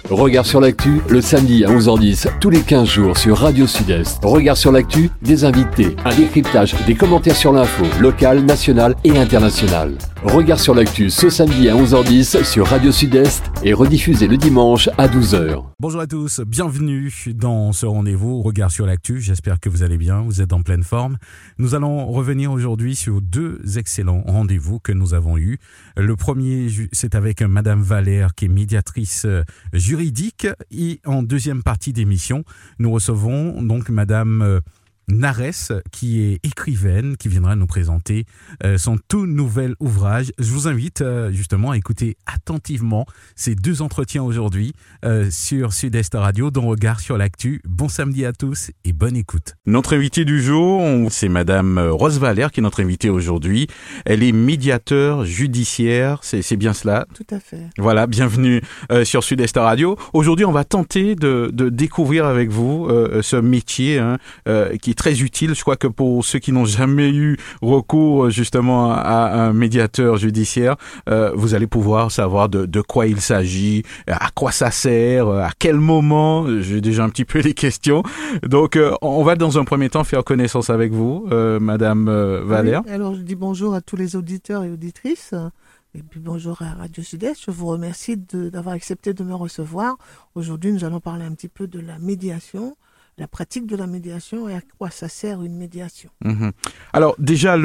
Regard sur l'actu, le samedi à 11h10, tous les 15 jours sur Radio Sud-Est. Regard sur l'actu, des invités, un décryptage, des commentaires sur l'info, locale, nationale et internationale. Regard sur l'actu ce samedi à 11h10 sur Radio Sud-Est et rediffusé le dimanche à 12h. Bonjour à tous, bienvenue dans ce rendez-vous Regard sur l'actu. J'espère que vous allez bien, vous êtes en pleine forme. Nous allons revenir aujourd'hui sur deux excellents rendez-vous que nous avons eus. Le premier, c'est avec Madame Valère qui est médiatrice juridique et en deuxième partie d'émission, nous recevons donc Madame Narès, qui est écrivaine, qui viendra nous présenter son tout nouvel ouvrage. Je vous invite justement à écouter attentivement ces deux entretiens aujourd'hui sur Sud-Est Radio, dans Regard sur l'actu. Bon samedi à tous et bonne écoute. Notre invitée du jour, c'est Madame Rose Valère qui est notre invitée aujourd'hui. Elle est médiateure judiciaire, c'est bien cela? Tout à fait. Voilà, bienvenue sur Sud-Est Radio. Aujourd'hui, on va tenter de découvrir avec vous ce métier qui est très utile. Je crois que pour ceux qui n'ont jamais eu recours justement à un médiateur judiciaire, vous allez pouvoir savoir de quoi il s'agit, à quoi ça sert, à quel moment. J'ai déjà un petit peu les questions. Donc, on va dans un premier temps faire connaissance avec vous, Madame Valère. Oui, alors, je dis bonjour à tous les auditeurs et auditrices. Et puis bonjour à Radio Sud-Est. Je vous remercie d'avoir accepté de me recevoir. Aujourd'hui, nous allons parler un petit peu de la médiation, la pratique de la médiation et à quoi ça sert une médiation. Mmh. Alors déjà,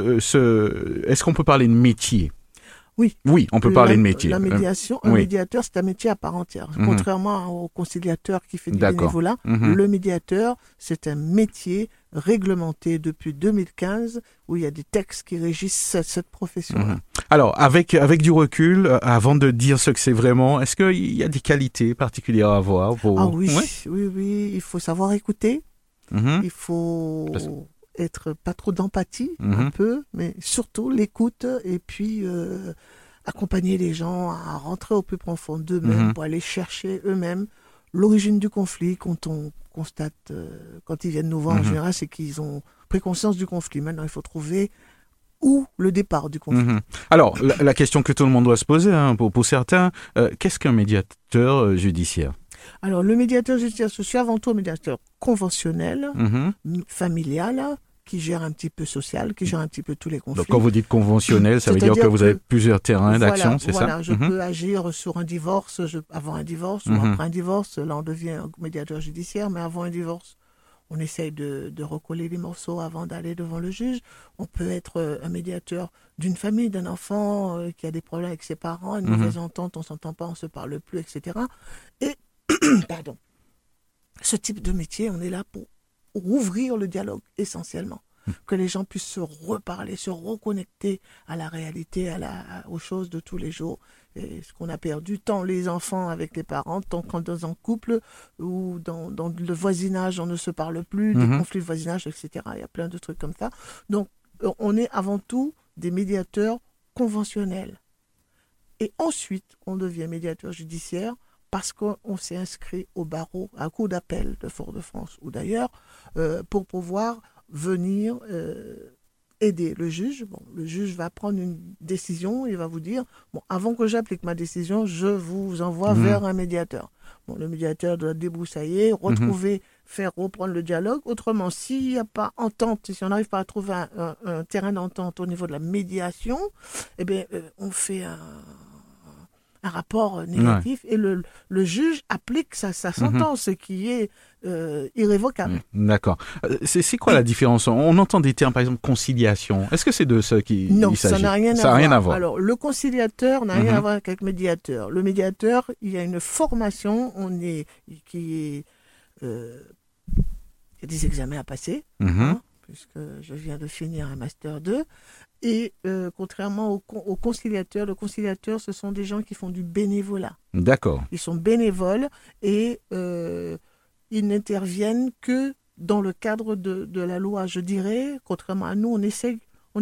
est-ce qu'on peut parler de métier ? Oui, on peut parler de métier. La médiation, un médiateur, c'est un métier à part entière. Contrairement au conciliateur qui fait du bénévolat, le médiateur, c'est un métier réglementé depuis 2015 où il y a des textes qui régissent cette profession-là. Alors, avec du recul, avant de dire ce que c'est vraiment, est-ce qu'il y a des qualités particulières à avoir oui, il faut savoir écouter, il faut être pas trop d'empathie, un peu, mais surtout l'écoute et puis accompagner les gens à rentrer au plus profond d'eux-mêmes pour aller chercher eux-mêmes l'origine du conflit. Quand on constate, quand ils viennent nous voir en général, c'est qu'ils ont pris conscience du conflit. Maintenant, il faut trouver où le départ du conflit. Alors, la question que tout le monde doit se poser, pour certains, qu'est-ce qu'un médiateur judiciaire ? Alors, le médiateur judiciaire, je suis avant tout un médiateur conventionnel, familial, qui gère un petit peu social, qui gère un petit peu tous les conflits. Donc, quand vous dites conventionnel, ça veut dire que vous avez plusieurs terrains d'action, c'est ça ? Voilà, je peux agir sur un divorce, avant un divorce ou après un divorce. Là, on devient médiateur judiciaire, mais avant un divorce, on essaye de recoller les morceaux avant d'aller devant le juge. On peut être un médiateur d'une famille, d'un enfant qui a des problèmes avec ses parents, une mauvaise entente, on ne s'entend pas, on ne se parle plus, etc. Et, pardon, ce type de métier, on est là pour ouvrir le dialogue essentiellement, que les gens puissent se reparler, se reconnecter à la réalité, aux choses de tous les jours. Et ce qu'on a perdu, tant les enfants avec les parents, tant quand dans un couple ou dans le voisinage, on ne se parle plus, des conflits de voisinage, etc. Il y a plein de trucs comme ça. Donc, on est avant tout des médiateurs conventionnels. Et ensuite, on devient médiateur judiciaire parce qu'on s'est inscrit au barreau, à la cour d'appel de Fort-de-France ou d'ailleurs, pour pouvoir venir aider le juge. Bon, le juge va prendre une décision, il va vous dire, avant que j'applique ma décision, je vous envoie vers un médiateur. Bon, le médiateur doit débroussailler, retrouver, faire reprendre le dialogue. Autrement, s'il n'y a pas entente, si on n'arrive pas à trouver un terrain d'entente au niveau de la médiation, eh bien, on fait un rapport négatif et le juge applique sa sentence qui est irrévocable. D'accord. C'est quoi la différence ? On entend des termes, par exemple, conciliation. Est-ce que c'est de ça qu'il s'agit ? Non, ça n'a rien à voir. Alors, le conciliateur n'a rien à voir avec le médiateur. Le médiateur, il y a une formation, il y a des examens à passer, puisque je viens de finir un Master 2. Et contrairement au conciliateur, le conciliateur, ce sont des gens qui font du bénévolat. D'accord. Ils sont bénévoles et ils n'interviennent que dans le cadre de la loi, je dirais. Contrairement à nous, on essaie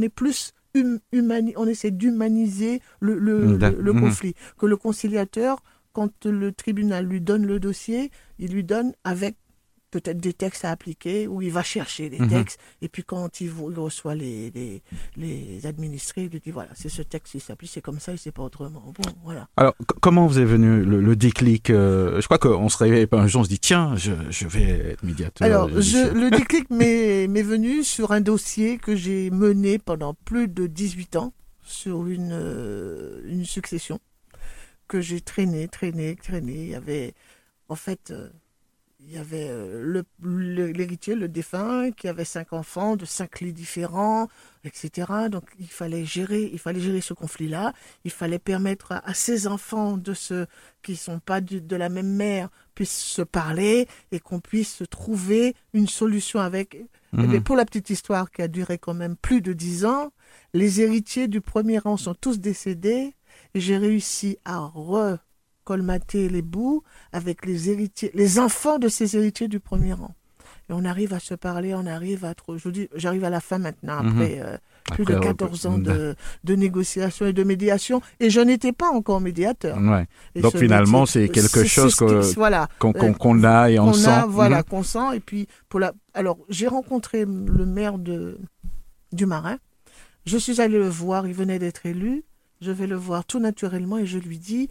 d'humaniser le conflit. Que le conciliateur, quand le tribunal lui donne le dossier, il lui donne avec peut-être des textes à appliquer, où il va chercher des textes, et puis quand il reçoit les administrés, il lui dit, voilà, c'est ce texte qui s'applique, c'est comme ça, et c'est pas autrement. Bon, voilà. Alors, comment vous est venu le déclic Je crois qu'on se réveille pas un jour, on se dit, tiens, je vais être médiateur. Alors, le déclic m'est venu sur un dossier que j'ai mené pendant plus de 18 ans, sur une succession, que j'ai traîné. Il y avait, en fait... il y avait l'héritier, le défunt, qui avait 5 enfants de 5 lits différents, etc. Donc il fallait gérer ce conflit-là. Il fallait permettre à ces enfants qui ne sont pas de la même mère puissent se parler et qu'on puisse trouver une solution avec. Et bien, pour la petite histoire qui a duré quand même plus de 10 ans, les héritiers du premier rang sont tous décédés et j'ai réussi à colmater les bouts avec les enfants de ces héritiers du premier rang. Et on arrive à se parler, j'arrive à la fin maintenant, après plus de 14 ans de négociations et de médiation, et je n'étais pas encore médiateur. Ouais. Donc finalement, c'est quelque chose qu'on a et on sent. Qu'on sent, et puis alors j'ai rencontré le maire du Marin, je suis allée le voir, il venait d'être élu, je vais le voir tout naturellement et je lui dis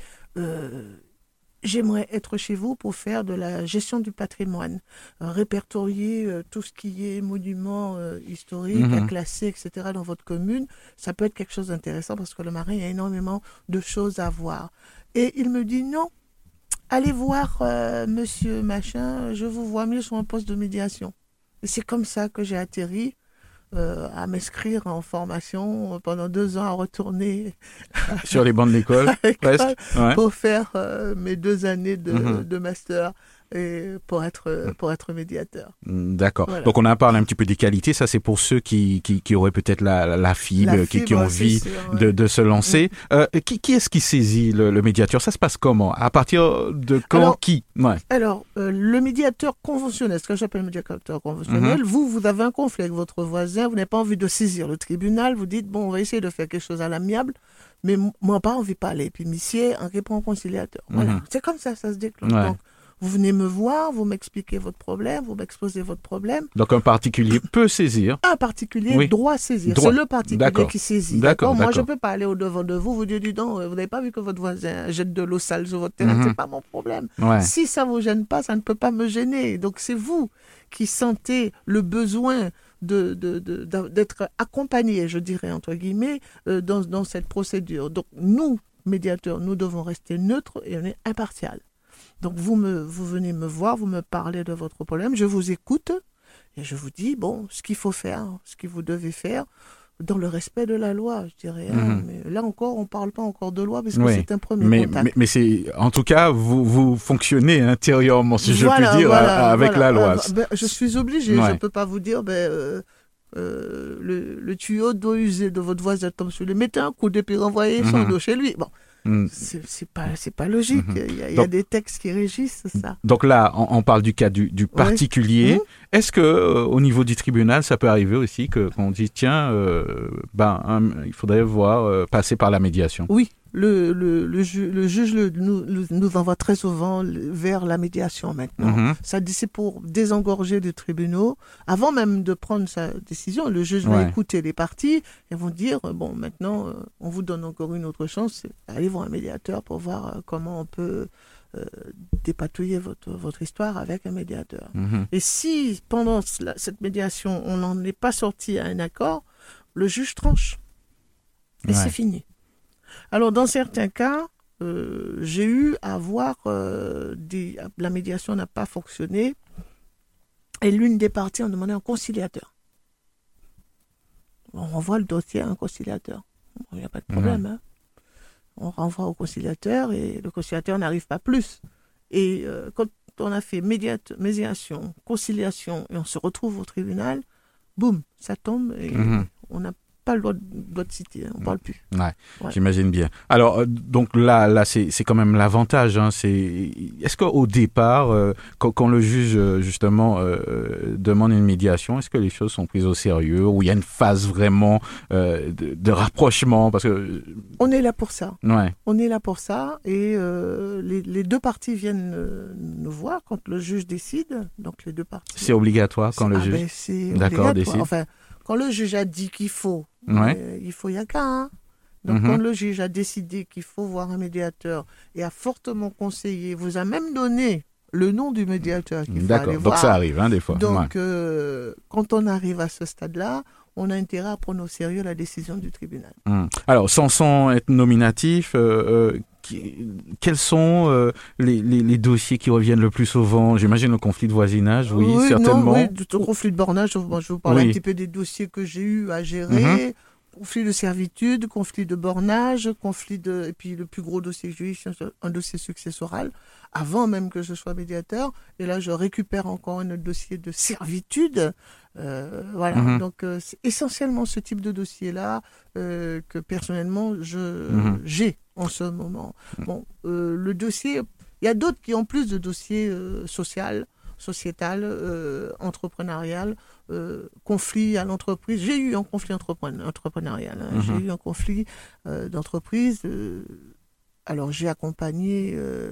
j'aimerais être chez vous pour faire de la gestion du patrimoine, répertorier tout ce qui est monuments historiques, à classer, etc. dans votre commune. Ça peut être quelque chose d'intéressant parce que le Marin, il y a énormément de choses à voir. Et il me dit non, allez voir monsieur machin, je vous vois mieux sur un poste de médiation. Et c'est comme ça que j'ai atterri à m'inscrire en formation pendant 2 ans, à retourner sur les bancs de l'école presque, pour faire mes 2 années de master et pour être médiateur. D'accord. Voilà. Donc on en parle un petit peu des qualités. Ça, c'est pour ceux qui auraient peut-être la fibre, qui ont envie de se lancer. Qui est-ce qui saisit le médiateur? Ça se passe comment? À partir de quand? Alors, le médiateur conventionnel, ce que j'appelle le médiateur conventionnel, vous avez un conflit avec votre voisin, vous n'avez pas envie de saisir le tribunal, vous dites, bon, on va essayer de faire quelque chose à l'amiable, mais moi, pas envie de parler. Puis, monsieur, on répond au conciliateur. Voilà. C'est comme ça se déclenche. Donc, vous venez me voir, vous m'expliquez votre problème, vous m'exposez votre problème. Donc un particulier peut saisir. Un particulier doit saisir. C'est le particulier qui saisit. D'accord. Moi, je ne peux pas aller au-devant de vous dire, dis donc, vous n'avez pas vu que votre voisin jette de l'eau sale sur votre terrain, c'est pas mon problème. Ouais. Si ça ne vous gêne pas, ça ne peut pas me gêner. Donc c'est vous qui sentez le besoin d'être accompagné, je dirais, entre guillemets, dans cette procédure. Donc nous, médiateurs, nous devons rester neutres et on est impartial. Donc vous venez me voir, vous me parlez de votre problème, je vous écoute et je vous dis, bon, ce qu'il faut faire, ce que vous devez faire, dans le respect de la loi, je dirais. Mais là encore, on ne parle pas encore de loi parce que c'est un premier contact. Mais c'est, en tout cas, vous fonctionnez intérieurement, si je puis dire, avec la loi. Je suis obligé, je ne peux pas vous dire... le tuyau d'eau usée de votre voisin tombe sur lui, mettez un coup d'épée, renvoyez son dos chez lui. Bon, c'est pas logique. Il y a des textes qui régissent ça. Donc là, on parle du cas du particulier. Est-ce que au niveau du tribunal, ça peut arriver aussi qu'on dise tiens, il faudrait passer par la médiation? Oui. Le juge nous envoie très souvent vers la médiation maintenant. Ça, c'est pour désengorger les tribunaux. Avant même de prendre sa décision, le juge va écouter les parties et vont dire, bon, maintenant, on vous donne encore une autre chance, allez voir un médiateur pour voir comment on peut dépatouiller votre histoire avec un médiateur. Et si, pendant cette médiation, on n'en est pas sorti à un accord, le juge tranche. Et c'est fini. Alors, dans certains cas, j'ai eu à voir la médiation n'a pas fonctionné et l'une des parties a demandé un conciliateur. On renvoie le dossier à un conciliateur. Il n'y a pas de problème. On renvoie au conciliateur et le conciliateur n'arrive pas plus. Et quand on a fait médiation, conciliation et on se retrouve au tribunal, boum, ça tombe et on n'a pas le droit de citer, on ne parle plus. Ouais. J'imagine bien. Alors, donc là c'est quand même l'avantage. Hein, est-ce qu'au départ, quand le juge, justement, demande une médiation, est-ce que les choses sont prises au sérieux, ou il y a une phase vraiment de rapprochement parce que... On est là pour ça. Ouais. On est là pour ça, et les deux parties viennent nous voir quand le juge décide. Donc les deux parties. C'est obligatoire quand le juge... c'est D'accord, obligatoire. décide. Enfin, quand le juge a dit qu'il faut, il n'y a qu'à. Hein. Donc quand le juge a décidé qu'il faut voir un médiateur et a fortement conseillé, vous a même donné le nom du médiateur qu'il faut aller voir. Donc ça arrive, hein, des fois. Donc quand on arrive à ce stade-là, on a intérêt à prendre au sérieux la décision du tribunal. Alors, sans être nominatif, quels sont les dossiers qui reviennent le plus souvent? J'imagine le conflit de voisinage, oui, certainement. Oui, le conflit de bornage, je vous parle un petit peu des dossiers que j'ai eu à gérer. Conflit de servitude, conflit de bornage, et puis le plus gros dossier que j'ai eu, c'est un dossier successoral, avant même que je sois médiateur. Et là, je récupère encore un autre dossier de servitude. Voilà. Donc, c'est essentiellement ce type de dossier-là que personnellement, j'ai en ce moment. Bon, le dossier, il y a d'autres qui ont plus de dossiers sociétal, entrepreneurial, conflit à l'entreprise. J'ai eu un conflit entrepreneurial. J'ai eu un conflit d'entreprise. Alors, j'ai accompagné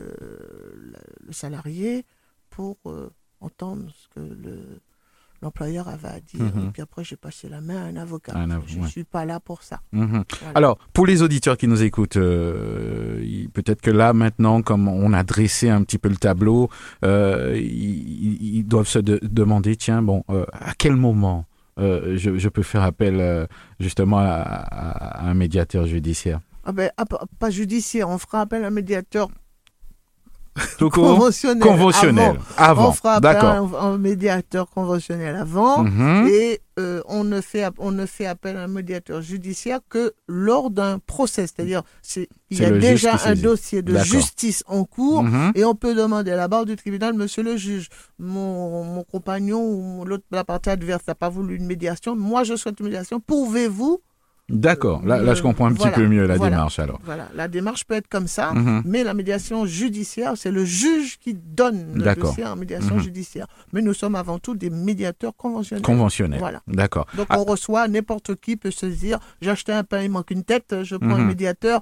le salarié pour entendre ce que l'employeur avait à dire. Et puis après, j'ai passé la main à un avocat. Je ne suis pas là pour ça. Voilà. Alors, pour les auditeurs qui nous écoutent, peut-être que là, maintenant, comme on a dressé un petit peu le tableau, ils doivent se demander, tiens, à quel moment je peux faire appel justement à un médiateur judiciaire? Pas judiciaire, on fera appel à un médiateur conventionnel. Avant. On fera appel à un médiateur conventionnel avant, et on ne fait appel à un médiateur judiciaire que lors d'un procès. C'est-à-dire, il y a déjà un dossier de justice en cours, et on peut demander à la barre du tribunal, monsieur le juge, mon compagnon ou la partie adverse n'a pas voulu une médiation, moi je souhaite une médiation, pouvez-vous? D'accord, là je comprends un petit peu mieux la démarche alors. Voilà, la démarche peut être comme ça, mais la médiation judiciaire, c'est le juge qui donne le dossier en médiation judiciaire. Mais nous sommes avant tout des médiateurs conventionnels. Voilà. D'accord. Donc on reçoit, n'importe qui peut se dire, j'ai acheté un pain, il manque une tête, je prends un médiateur.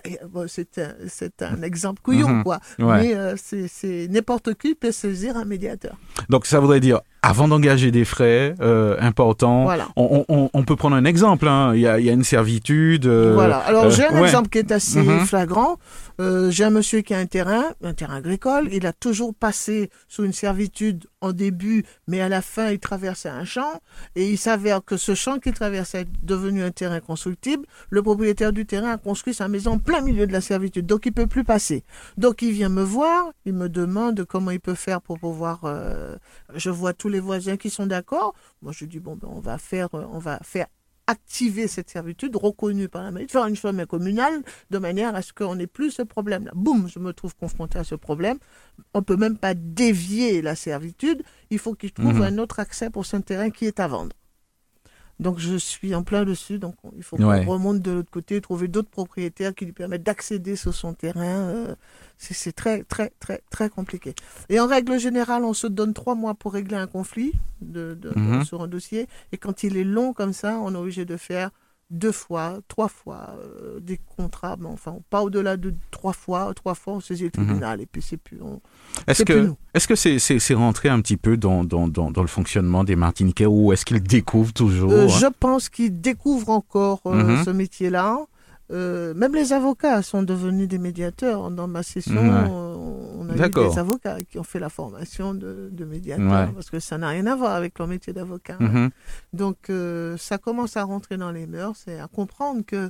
C'est un exemple couillon, quoi. Mais c'est n'importe qui peut saisir un médiateur. Donc ça voudrait dire, avant d'engager des frais importants, on peut prendre un exemple. Hein. Il y a une servitude. Voilà. Alors j'ai un exemple qui est assez flagrant. J'ai un monsieur qui a un terrain agricole. Il a toujours passé sous une servitude en début, mais à la fin, il traversait un champ. Et il s'avère que ce champ qu'il traversait est devenu un terrain constructible. Le propriétaire du terrain a construit sa maison en plein milieu de la servitude. Donc, il peut plus passer. Donc, il vient me voir. Il me demande comment il peut faire pour pouvoir... je vois tous les voisins qui sont d'accord. Moi, je dis, on va faire activer cette servitude reconnue par la mairie, faire une chemin communal de manière à ce qu'on n'ait plus ce problème-là. Boum, je me trouve confronté à ce problème. On ne peut même pas dévier la servitude. Il faut qu'il trouve un autre accès pour ce terrain qui est à vendre. Donc, je suis en plein dessus. Donc, il faut qu'on remonte de l'autre côté, trouver d'autres propriétaires qui lui permettent d'accéder sur son terrain. C'est très, très, très, très compliqué. Et en règle générale, on se donne 3 mois pour régler un conflit sur un dossier. Et quand il est long comme ça, on est obligé de faire 2 fois, 3 fois des contrats. Mais enfin, pas au-delà de 3 fois. 3 fois, on saisit le tribunal. Et puis, c'est plus nous. Est-ce que c'est rentré un petit peu dans le fonctionnement des Martiniquais, ou est-ce qu'ils découvrent toujours Je pense qu'ils découvrent encore ce métier-là. Même les avocats sont devenus des médiateurs. Dans ma session, on a eu des avocats qui ont fait la formation de médiateurs, parce que ça n'a rien à voir avec leur métier d'avocat. Donc, ça commence à rentrer dans les mœurs et à comprendre que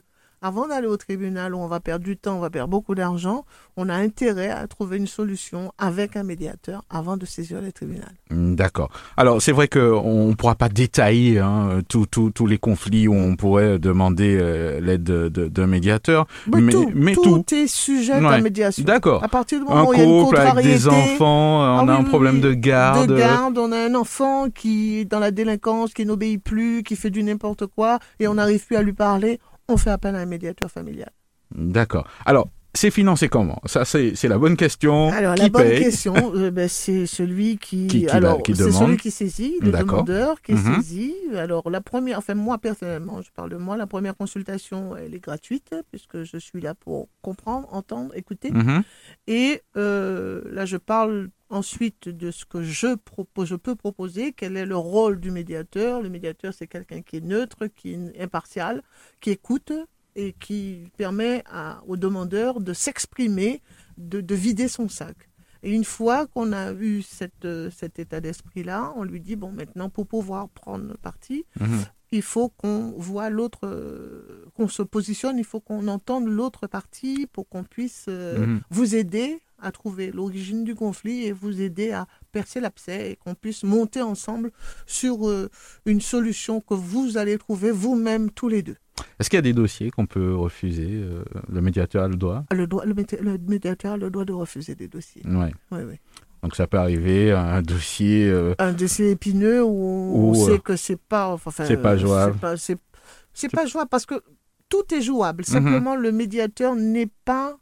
avant d'aller au tribunal où on va perdre du temps, on va perdre beaucoup d'argent, on a intérêt à trouver une solution avec un médiateur avant de saisir le tribunal. D'accord. Alors, c'est vrai qu'on ne pourra pas détailler tous les conflits où on pourrait demander l'aide d'un médiateur. Mais tout est sujet à médiation. D'accord. À partir du moment où il y a une contrariété, avec des enfants, on a un problème de garde. On a un enfant qui est dans la délinquance, qui n'obéit plus, qui fait du n'importe quoi, et on n'arrive plus à lui parler, on fait appel à un médiateur familial. D'accord. Alors, c'est financé comment ? Ça, c'est la bonne question. Alors, qui la bonne paye question, c'est celui qui demande. C'est celui qui saisit, le D'accord. demandeur qui saisit. Alors, moi, personnellement, je parle de moi, la première consultation, elle est gratuite, puisque je suis là pour comprendre, entendre, écouter. Et là, je parle ensuite de ce que je peux proposer, quel est le rôle du médiateur. Le médiateur, c'est quelqu'un qui est neutre, qui est impartial, qui écoute, et qui permet au demandeur de s'exprimer, de vider son sac. Et une fois qu'on a eu cet état d'esprit-là, on lui dit, bon, maintenant, pour pouvoir prendre parti, il faut qu'on voit l'autre, qu'on se positionne, il faut qu'on entende l'autre partie pour qu'on puisse vous aider à trouver l'origine du conflit et vous aider à percer l'abcès et qu'on puisse monter ensemble sur une solution que vous allez trouver vous-même tous les deux. Est-ce qu'il y a des dossiers qu'on peut refuser ? Le médiateur a le droit ? Le médiateur a le droit de refuser des dossiers. Oui. Oui. Donc ça peut arriver à un dossier... Un dossier épineux où on sait que c'est pas... c'est pas jouable. C'est pas jouable parce que tout est jouable. Simplement, le médiateur n'est pas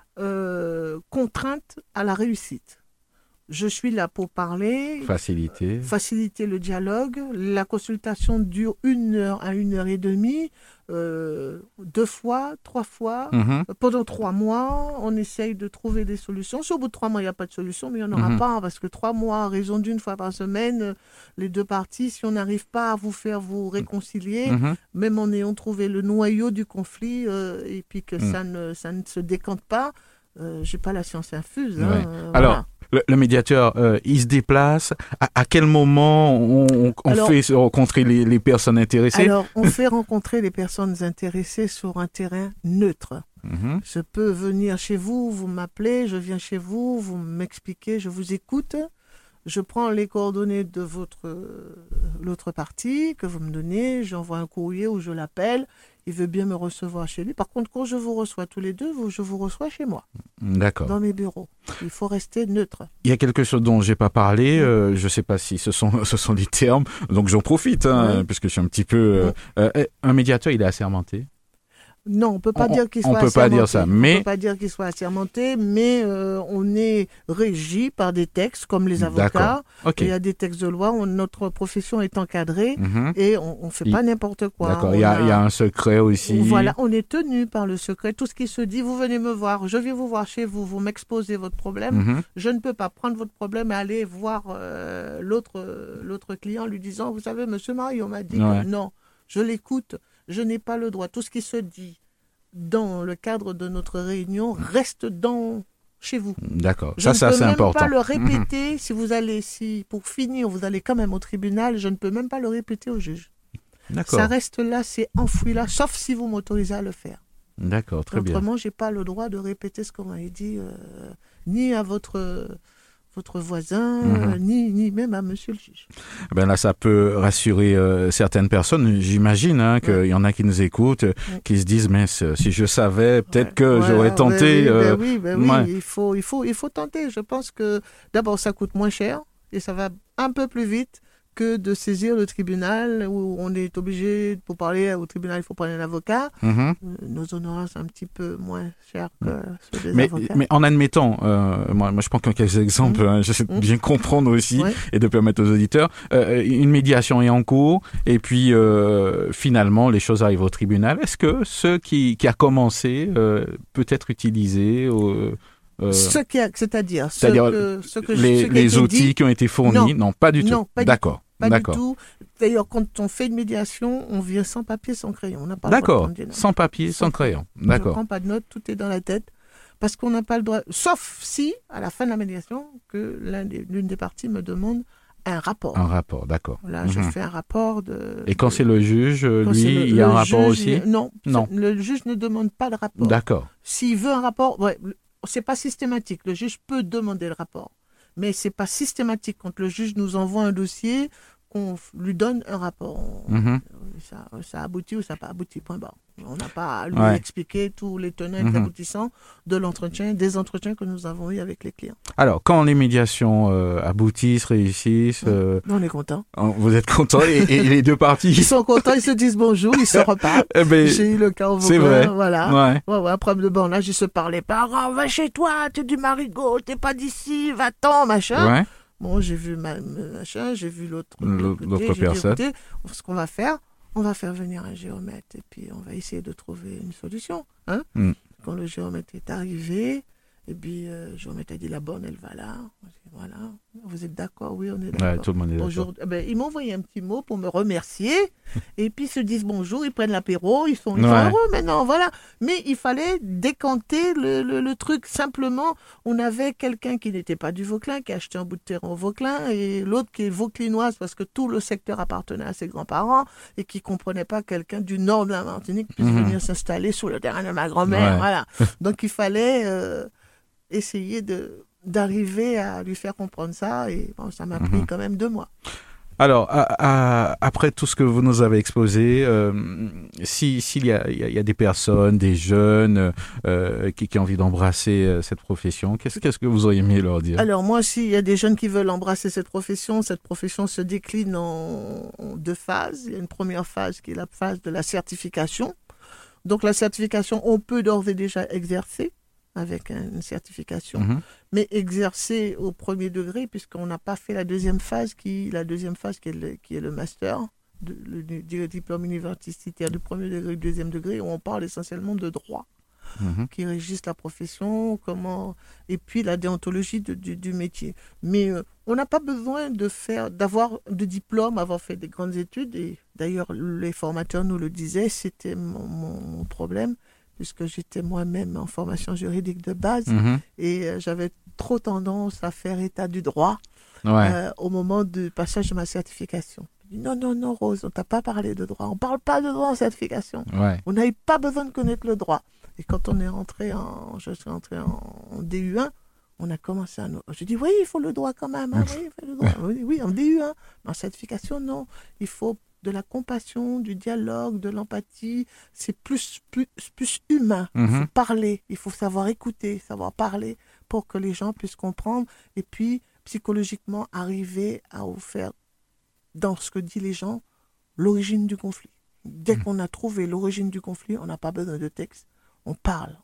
contrainte à la réussite. Je suis là pour parler, faciliter le dialogue. La consultation dure 1 heure à 1 heure et demie, 2 fois, 3 fois, pendant 3 mois. On essaye de trouver des solutions. Si au bout de 3 mois, il n'y a pas de solution, mais il n'y en aura pas, parce que 3 mois, à raison d'1 fois par semaine, les deux parties, si on n'arrive pas à vous faire vous réconcilier, même en ayant trouvé le noyau du conflit, et puis que ça ne se décante pas, je n'ai pas la science infuse. Alors, le médiateur, il se déplace. À quel moment on fait rencontrer les personnes intéressées ? Alors, on fait rencontrer les personnes intéressées sur un terrain neutre. Je peux venir chez vous, vous m'appelez, je viens chez vous, vous m'expliquez, je vous écoute. Je prends les coordonnées de l'autre partie que vous me donnez, j'envoie un courrier ou je l'appelle. Il veut bien me recevoir chez lui. Par contre, quand je vous reçois tous les deux, je vous reçois chez moi. D'accord. Dans mes bureaux. Il faut rester neutre. Il y a quelque chose dont je n'ai pas parlé. Je ne sais pas si ce sont les termes. Donc, j'en profite, puisque je suis un petit peu... un médiateur, il est assermenté ? Non, on ne peut pas dire qu'il soit assermenté. On ne peut pas dire ça, mais... On ne peut pas dire qu'il soit assermenté, mais on est régi par des textes comme les avocats. Okay. Il y a des textes de loi où notre profession est encadrée et on ne fait pas n'importe quoi. D'accord, il y a un secret aussi. Voilà, on est tenu par le secret. Tout ce qui se dit, vous venez me voir, je viens vous voir chez vous, vous m'exposez votre problème. Je ne peux pas prendre votre problème et aller voir l'autre client lui disant, vous savez, monsieur Marie, on m'a dit que non, je l'écoute. Je n'ai pas le droit. Tout ce qui se dit dans le cadre de notre réunion reste chez vous. D'accord. Ça c'est important. Je ne peux même pas le répéter. Si pour finir, vous allez quand même au tribunal, je ne peux même pas le répéter au juge. D'accord. Ça reste là, c'est enfoui là, sauf si vous m'autorisez à le faire. D'accord, très bien. Autrement, je n'ai pas le droit de répéter ce qu'on m'avait dit, ni à votre voisin, ni même à monsieur le juge. Ben là, ça peut rassurer certaines personnes. J'imagine qu'il y en a qui nous écoutent, qui se disent, mais si je savais, peut-être que j'aurais tenté. Oui, il faut tenter. Je pense que d'abord, ça coûte moins cher et ça va un peu plus vite que de saisir le tribunal où on est obligé, pour parler au tribunal, il faut prendre un avocat. Nos honoraires sont un petit peu moins chers que ceux des avocats. Mais en admettant, moi je prends quelques exemples, j'essaie de bien comprendre aussi et de permettre aux auditeurs, une médiation est en cours et puis finalement les choses arrivent au tribunal. Est-ce que ce qui a commencé peut être utilisé c'est-à-dire les outils qui ont été fournis, non pas du tout. D'accord. Pas du tout. D'ailleurs, quand on fait une médiation, on vient sans papier, sans crayon. On n'a pas D'accord, sans papier, sans crayon. D'accord. On ne prend pas de notes, tout est dans la tête. Parce qu'on n'a pas le droit, sauf si, à la fin de la médiation, que l'une des parties me demande un rapport. Un rapport, d'accord. Là, je fais un rapport de... Et quand c'est le juge, lui, il y a un rapport aussi? Non, le juge ne demande pas de rapport. D'accord. S'il veut un rapport, c'est pas systématique. Le juge peut demander le rapport, mais c'est pas systématique. Quand le juge nous envoie un dossier, qu'on lui donne un rapport. Ça aboutit ou ça n'a pas abouti, point barre. On n'a pas à lui expliquer tous les tenants et les aboutissants de l'entretien, des entretiens que nous avons eus avec les clients. Alors, quand les médiations aboutissent, réussissent... on est content. Vous êtes content et les deux parties... Ils sont contents, ils se disent bonjour, ils se repartent. J'ai eu le cas au c'est vrai. Voilà. Après de bornage, ils se parlaient pas. Oh, va chez toi, t'es du Marigot, t'es pas d'ici, va-t'en, machin. Ouais. Bon, j'ai vu machin, j'ai vu l'autre personne. Dit, écoutez, ce qu'on va faire, on va faire venir un géomètre et puis on va essayer de trouver une solution. Hein? Quand le géomètre est arrivé, et puis le géomètre a dit la borne, elle va là. Voilà, vous êtes d'accord? Oui, on est d'accord. Ouais, tout le monde est d'accord. Ils m'ont envoyé un petit mot pour me remercier et puis ils se disent bonjour, ils prennent l'apéro, ils sont heureux maintenant, voilà. Mais il fallait décanter le truc. Simplement, on avait quelqu'un qui n'était pas du Vauclin, qui a acheté un bout de terrain au Vauclin et l'autre qui est vauclinoise parce que tout le secteur appartenait à ses grands-parents et qui ne comprenait pas quelqu'un du nord de la Martinique puisse venir s'installer sur le terrain de ma grand-mère. Voilà. Donc il fallait essayer d'arriver à lui faire comprendre ça et ça m'a pris quand même 2 mois. Alors, après tout ce que vous nous avez exposé, s'il y a des personnes, des jeunes qui ont envie d'embrasser cette profession, qu'est-ce que vous auriez aimé leur dire? Alors moi, s'il y a des jeunes qui veulent embrasser cette profession se décline en 2 phases. Il y a une première phase qui est la phase de la certification. Donc la certification, on peut d'ores et déjà exercer avec une certification, mais exercer au premier degré, puisqu'on n'a pas fait la deuxième phase qui est le master, le diplôme universitaire du premier degré et du deuxième degré, où on parle essentiellement de droit, qui régissent la profession, et puis la déontologie du métier. Mais on n'a pas besoin d'avoir de diplôme, avoir fait des grandes études, et d'ailleurs les formateurs nous le disaient, c'était mon problème, puisque j'étais moi-même en formation juridique de base et j'avais trop tendance à faire état du droit au moment du passage de ma certification. Je dis, non, Rose, on ne t'a pas parlé de droit. On ne parle pas de droit en certification. On n'avait pas besoin de connaître le droit. Et quand je suis rentré en DU1, on a commencé à nous... Je dis, oui, il faut le droit quand même. Oui, il faut le droit. Oui, en DU1. Mais en certification, non. Il faut de la compassion, du dialogue, de l'empathie. C'est plus humain. Il faut parler, il faut savoir écouter, savoir parler pour que les gens puissent comprendre et puis psychologiquement arriver à vous faire, dans ce que disent les gens, l'origine du conflit. Dès qu'on a trouvé l'origine du conflit, on n'a pas besoin de texte. On parle.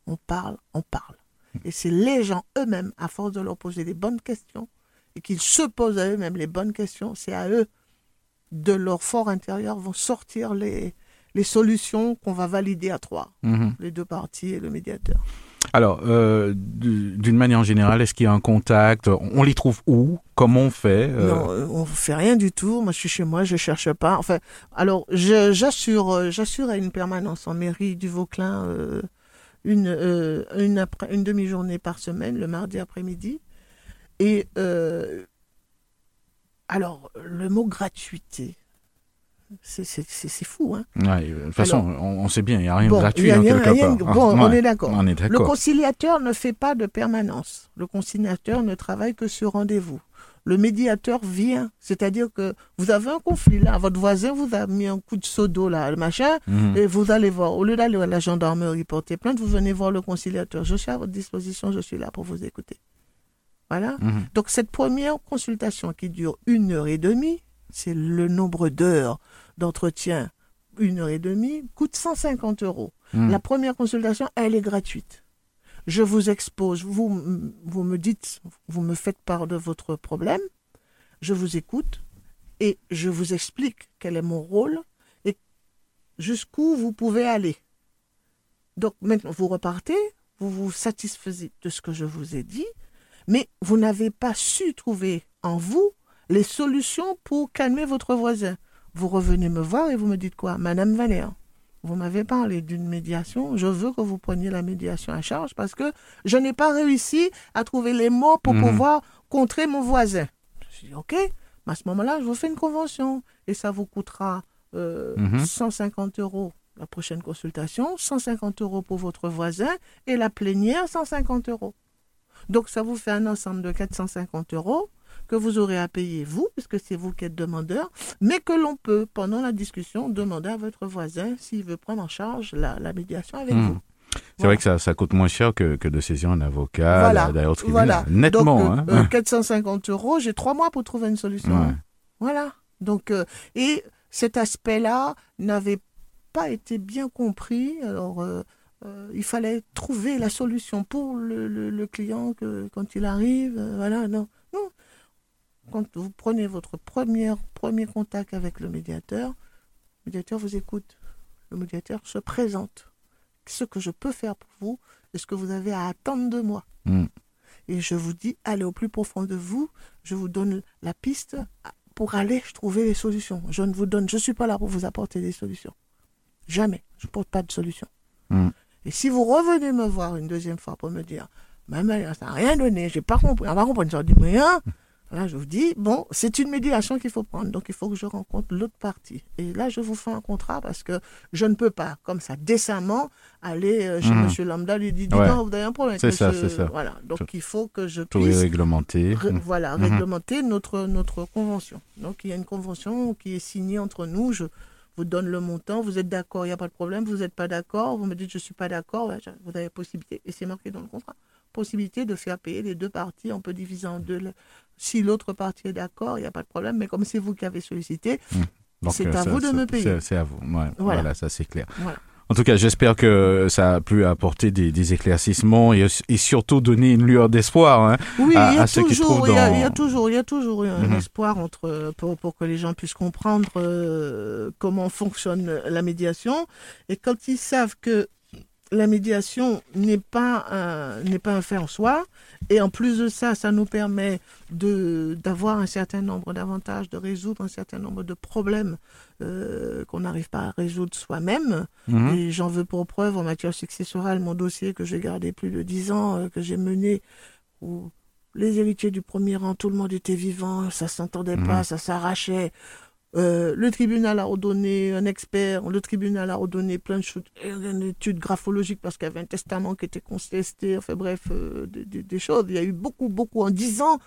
Et c'est les gens eux-mêmes, à force de leur poser les bonnes questions et qu'ils se posent à eux-mêmes les bonnes questions, c'est à eux de leur fort intérieur vont sortir les solutions qu'on va valider à 3, les 2 parties et le médiateur. Alors, d'une manière générale, est-ce qu'il y a un contact? On les trouve où? Comment on fait? Non, on ne fait rien du tout. Moi, je suis chez moi, je ne cherche pas. Enfin, alors, j'assure à une permanence en mairie du Vauclin une demi-journée par semaine, le mardi après-midi. Et... alors, le mot gratuité, c'est fou, hein. De toute façon, on sait bien, il n'y a rien de gratuit quelque part. On est d'accord. Le conciliateur ne fait pas de permanence. Le conciliateur ne travaille que sur rendez-vous. Le médiateur vient, c'est-à-dire que vous avez un conflit là, votre voisin vous a mis un coup de seau d'eau là, le machin, et vous allez voir, au lieu d'aller à la gendarmerie porter plainte, vous venez voir le conciliateur. Je suis à votre disposition, je suis là pour vous écouter. Voilà. Donc, cette première consultation qui dure 1h30, c'est le nombre d'heures d'entretien, 1h30, coûte 150 €. La première consultation, elle est gratuite. Je vous expose, vous me dites, vous me faites part de votre problème, je vous écoute et je vous explique quel est mon rôle et jusqu'où vous pouvez aller. Donc, maintenant, vous repartez, vous vous satisfaisez de ce que je vous ai dit, mais vous n'avez pas su trouver en vous les solutions pour calmer votre voisin. Vous revenez me voir et vous me dites quoi? Madame Valère, vous m'avez parlé d'une médiation, je veux que vous preniez la médiation à charge parce que je n'ai pas réussi à trouver les mots pour pouvoir contrer mon voisin. Je dis ok, À ce moment-là, je vous fais une convention et ça vous coûtera 150 € la prochaine consultation, 150 € pour votre voisin et la plénière, 150 €. Donc, ça vous fait un ensemble de 450 € que vous aurez à payer vous, puisque c'est vous qui êtes demandeur, mais que l'on peut, pendant la discussion, demander à votre voisin s'il veut prendre en charge la médiation avec vous. C'est vrai que ça coûte moins cher que de saisir un avocat, d'aller au tribunal. Nettement. Donc, 450 €, j'ai 3 mois pour trouver une solution. Ouais. Voilà. Donc, et cet aspect-là n'avait pas été bien compris. Alors, il fallait trouver la solution pour le client quand il arrive. Voilà, non. Quand vous prenez votre premier contact avec le médiateur vous écoute. Le médiateur se présente. Ce que je peux faire pour vous et ce que vous avez à attendre de moi. Et je vous dis, allez au plus profond de vous, je vous donne la piste pour aller trouver les solutions. Je ne suis pas là pour vous apporter des solutions. Jamais. Je ne porte pas de solution. Et si vous revenez me voir une deuxième fois pour me dire, maman, ça n'a rien donné, j'ai pas compris, on va comprendre, ça dit rien. Là, je vous dis, bon, c'est une médiation qu'il faut prendre, donc il faut que je rencontre l'autre partie. Et là, je vous fais un contrat parce que je ne peux pas, comme ça, décemment, aller chez M. Lambda, lui dire, non, vous avez un problème. C'est ça. Voilà, donc il faut que je puisse... Tout est réglementé. Réglementer notre convention. Donc, il y a une convention qui est signée entre nous, je vous donne le montant, vous êtes d'accord, il n'y a pas de problème, vous n'êtes pas d'accord, vous me dites, je ne suis pas d'accord, vous avez possibilité, et c'est marqué dans le contrat, possibilité de faire payer les deux parties, on peut diviser en deux. Si l'autre partie est d'accord, il n'y a pas de problème, mais comme c'est vous qui avez sollicité, c'est à vous de me payer. C'est à vous, voilà, ça c'est clair. Voilà. En tout cas, j'espère que ça a pu apporter des éclaircissements et surtout donner une lueur d'espoir à ceux qui se trouvent dans... Il y a toujours un espoir pour que les gens puissent comprendre comment fonctionne la médiation. Et quand ils savent que la médiation n'est pas un fait en soi, et en plus de ça, ça nous permet d'avoir un certain nombre d'avantages, de résoudre un certain nombre de problèmes qu'on n'arrive pas à résoudre soi-même. Et j'en veux pour preuve en matière successorale mon dossier que j'ai gardé plus de 10 ans, que j'ai mené, où les héritiers du premier rang, tout le monde était vivant, ça s'entendait pas, ça s'arrachait. Le tribunal a ordonné un expert, le tribunal a ordonné plein de choses, une étude graphologique parce qu'il y avait un testament qui était contesté, enfin bref, des choses. Il y a eu beaucoup, en 10 ans,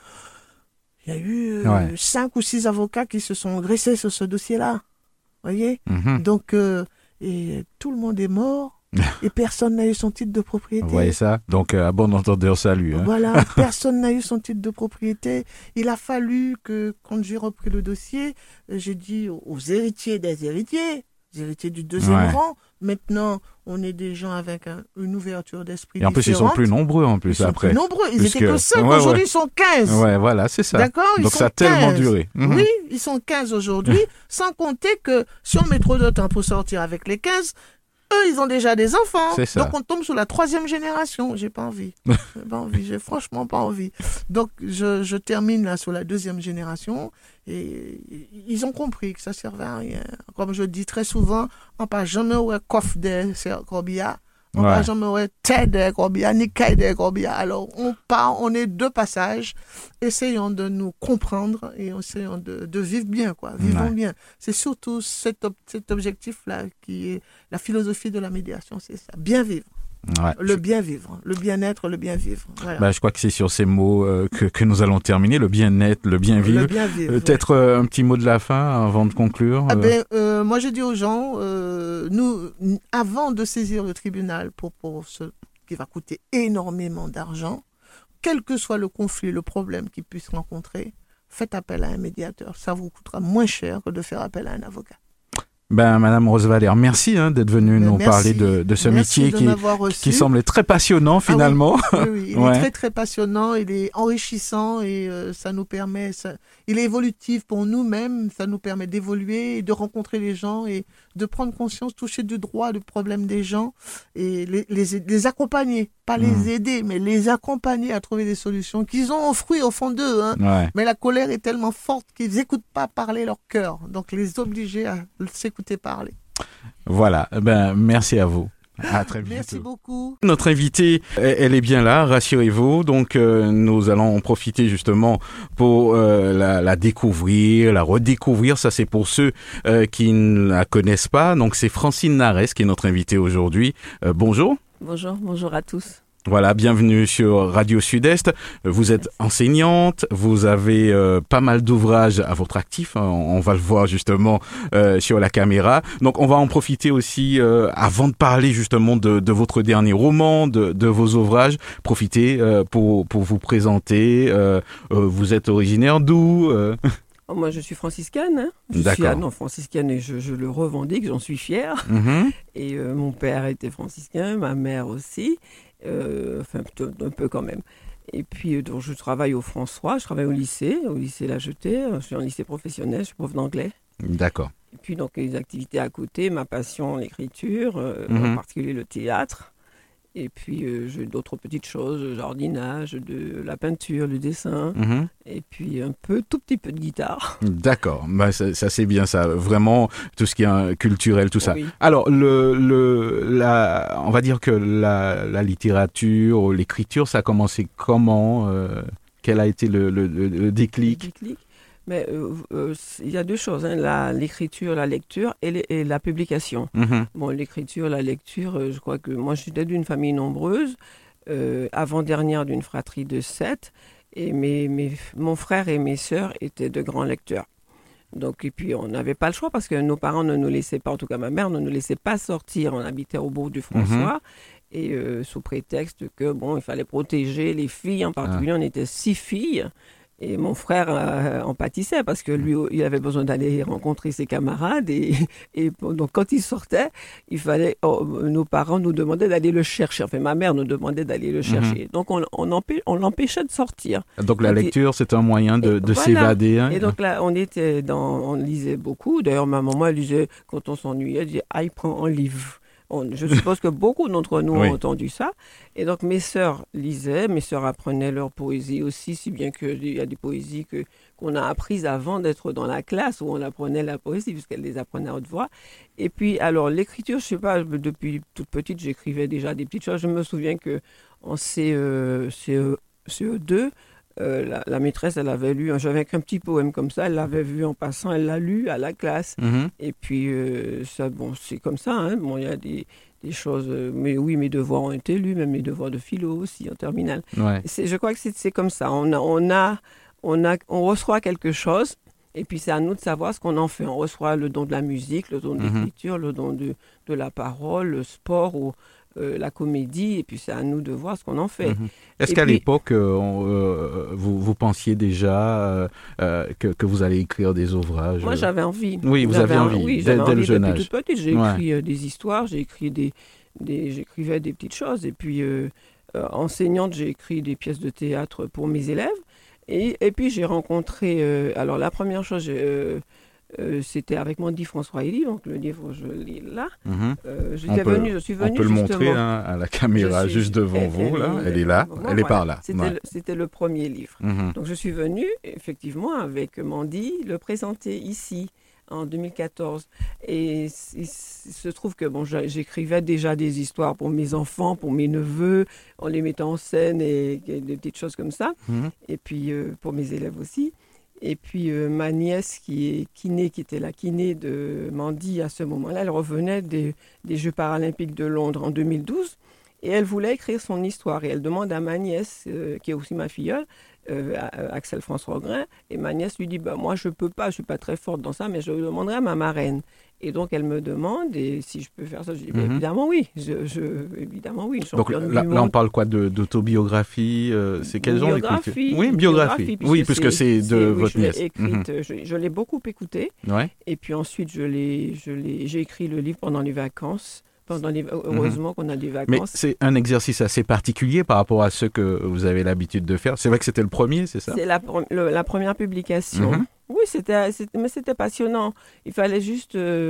il y a eu 5 ou 6 avocats qui se sont graissés sur ce dossier-là. Vous voyez ? Donc, et tout le monde est mort. Et personne n'a eu son titre de propriété. Vous voyez ça ? Donc, à bon entendeur, salut. Voilà, personne n'a eu son titre de propriété. Il a fallu que, quand j'ai repris le dossier, j'ai dit aux héritiers des héritiers, les héritiers du deuxième rang, maintenant, on est des gens avec une ouverture d'esprit différente. Et en plus, ils sont plus nombreux, après. Ils sont plus nombreux. Ils étaient que 5, aujourd'hui, ils sont 15. Ouais, voilà, c'est ça. D'accord ? Donc, ça a tellement duré. Oui, ils sont 15 aujourd'hui, sans compter que si on met trop de temps pour sortir avec les 15, eux, ils ont déjà des enfants. Donc, on tombe sur la 3e génération. J'ai pas envie. J'ai franchement pas envie. Donc, je termine là sur la 2e génération. Et ils ont compris que ça servait à rien. Comme je dis très souvent, on pas jamais au coffre de Corbia. On va jamais au tête de Corbia, ni caille de Corbia. Alors, on est de passage. Essayons de nous comprendre et essayons de vivre bien, quoi. Vivons bien. C'est surtout cet objectif-là qui est la philosophie de la médiation, c'est ça. Bien vivre. Le bien vivre, le bien-être, le bien vivre. Voilà. Je crois que c'est sur ces mots que nous allons terminer. Le bien-être, le bien vivre. Peut-être un petit mot de la fin avant de conclure. Moi, je dis aux gens, nous, avant de saisir le tribunal pour ce qui va coûter énormément d'argent, quel que soit le conflit, le problème qu'ils puissent rencontrer, faites appel à un médiateur. Ça vous coûtera moins cher que de faire appel à un avocat. Madame Rose Valère, merci d'être venue nous parler de ce métier qui semble très passionnant finalement. Oui, il est très très passionnant, il est enrichissant et ça nous permet, il est évolutif pour nous-mêmes, ça nous permet d'évoluer, de rencontrer les gens et de prendre conscience, toucher du droit, du problème des gens et les accompagner, pas les aider, mais les accompagner à trouver des solutions qu'ils ont fruit au fond d'eux. Mais la colère est tellement forte qu'ils n'écoutent pas parler leur cœur, donc les obliger à s'écouter parler. Voilà, merci à vous. À très bientôt. Merci beaucoup. Notre invitée, elle est bien là, rassurez-vous. Donc, nous allons en profiter justement pour la découvrir, la redécouvrir. Ça, c'est pour ceux qui ne la connaissent pas. Donc, c'est Francine Nares qui est notre invitée aujourd'hui. Bonjour. Bonjour à tous. Voilà, bienvenue sur Radio Sud-Est. Vous êtes enseignante, vous avez pas mal d'ouvrages à votre actif, hein, on va le voir justement sur la caméra. Donc on va en profiter aussi, avant de parler justement de votre dernier roman, de vos ouvrages, profiter pour vous présenter. Vous êtes originaire d'où Moi, je suis franciscaine. Hein. Je suis franciscaine et je le revendique, j'en suis fière. Mm-hmm. Et mon père était franciscain, ma mère aussi. Un peu quand même. Et puis, donc, je travaille au François, je travaille au lycée La Jetée. Je suis en lycée professionnel, je suis prof d'anglais. D'accord. Et puis, donc, les activités à côté, ma passion, l'écriture, en particulier le théâtre. Et puis, j'ai d'autres petites choses, le jardinage, de la peinture, le dessin, et puis tout petit peu de guitare. D'accord, bah, ça c'est bien ça, vraiment tout ce qui est culturel, tout ça. Oui. Alors, on va dire que la littérature, l'écriture, ça a commencé comment Quel a été le déclic? Mais il y a deux choses, hein, l'écriture, la lecture et la publication. Bon, l'écriture, la lecture, je crois que moi j'étais d'une famille nombreuse, avant-dernière d'une fratrie de 7, et mon frère et mes sœurs étaient de grands lecteurs. Donc, et puis on n'avait pas le choix parce que nos parents ne nous laissaient pas, en tout cas ma mère ne nous laissait pas sortir, on habitait au bourg du François. Et sous prétexte que il fallait protéger les filles, en particulier on était 6 filles. Et mon frère en pâtissait parce que lui, il avait besoin d'aller rencontrer ses camarades. Et donc, quand il sortait, il fallait. Nos parents nous demandaient d'aller le chercher. Enfin, ma mère nous demandait d'aller le chercher. Donc, on l'empêchait de sortir. Donc, la lecture, c'est un moyen de voilà. S'évader. Hein. Et donc, là, on lisait beaucoup. D'ailleurs, ma maman, elle disait, quand on s'ennuyait, elle disait « Ah, il prend un livre ». Je suppose que beaucoup d'entre nous ont entendu ça. Et donc, mes sœurs lisaient, mes sœurs apprenaient leur poésie aussi, si bien qu'il y a des poésies qu'on a apprises avant d'être dans la classe où on apprenait la poésie, puisqu'elles les apprenaient à haute voix. Et puis, alors, l'écriture, je ne sais pas, depuis toute petite, j'écrivais déjà des petites choses. Je me souviens qu'en CE2, la maîtresse, elle avait lu, j'avais un petit poème comme ça, elle l'avait vu en passant, elle l'a lu à la classe. Et puis, c'est comme ça, hein. Bon, il y a des choses, mais oui, mes devoirs ont été lus, même mes devoirs de philo aussi en terminale. Ouais. Je crois que c'est comme ça, on reçoit quelque chose, et puis c'est à nous de savoir ce qu'on en fait. On reçoit le don de la musique, le don de l'écriture, le don de la parole, le sport ou la comédie, et puis c'est à nous de voir ce qu'on en fait. Est-ce qu'à l'époque, vous pensiez déjà que vous allez écrire des ouvrages? Moi, j'avais envie. Oui, vous avez envie, oui, dès le jeune âge. Toute petite, j'ai écrit des histoires, j'écrivais des petites choses, et puis enseignante, j'ai écrit des pièces de théâtre pour mes élèves, et puis j'ai rencontré, alors la première chose, c'était avec Mandy François Elie, donc le livre, je l'ai là. Je suis venue on peut le montrer à la caméra juste devant vous, là. Elle est là, elle est par là. C'était le premier livre. Donc je suis venue, effectivement, avec Mandy, le présenter ici, en 2014. Et il se trouve que j'écrivais déjà des histoires pour mes enfants, pour mes neveux, en les mettant en scène et des petites choses comme ça. Et puis pour mes élèves aussi. Et puis ma nièce qui était la kiné de Mandy à ce moment-là, elle revenait des Jeux paralympiques de Londres en 2012 et elle voulait écrire son histoire. Et elle demande à ma nièce, qui est aussi ma filleule, Axel François Augrin, et ma nièce lui dit moi je peux pas, je suis pas très forte dans ça, mais je demanderai à ma marraine. Et donc elle me demande et si je peux faire ça, je dis évidemment oui, évidemment oui. Donc là on parle quoi d'autobiographie, c'est quel genre d'écriture? Oui, biographie. Oui, puisque c'est de votre nièce. Je l'ai beaucoup écouté. Ouais. Et puis ensuite j'ai écrit le livre pendant les vacances. Heureusement qu'on a des vacances. Mais c'est un exercice assez particulier par rapport à ce que vous avez l'habitude de faire. C'est vrai que c'était le premier, c'est ça? C'est la première publication. Oui, mais c'était passionnant. Il fallait juste,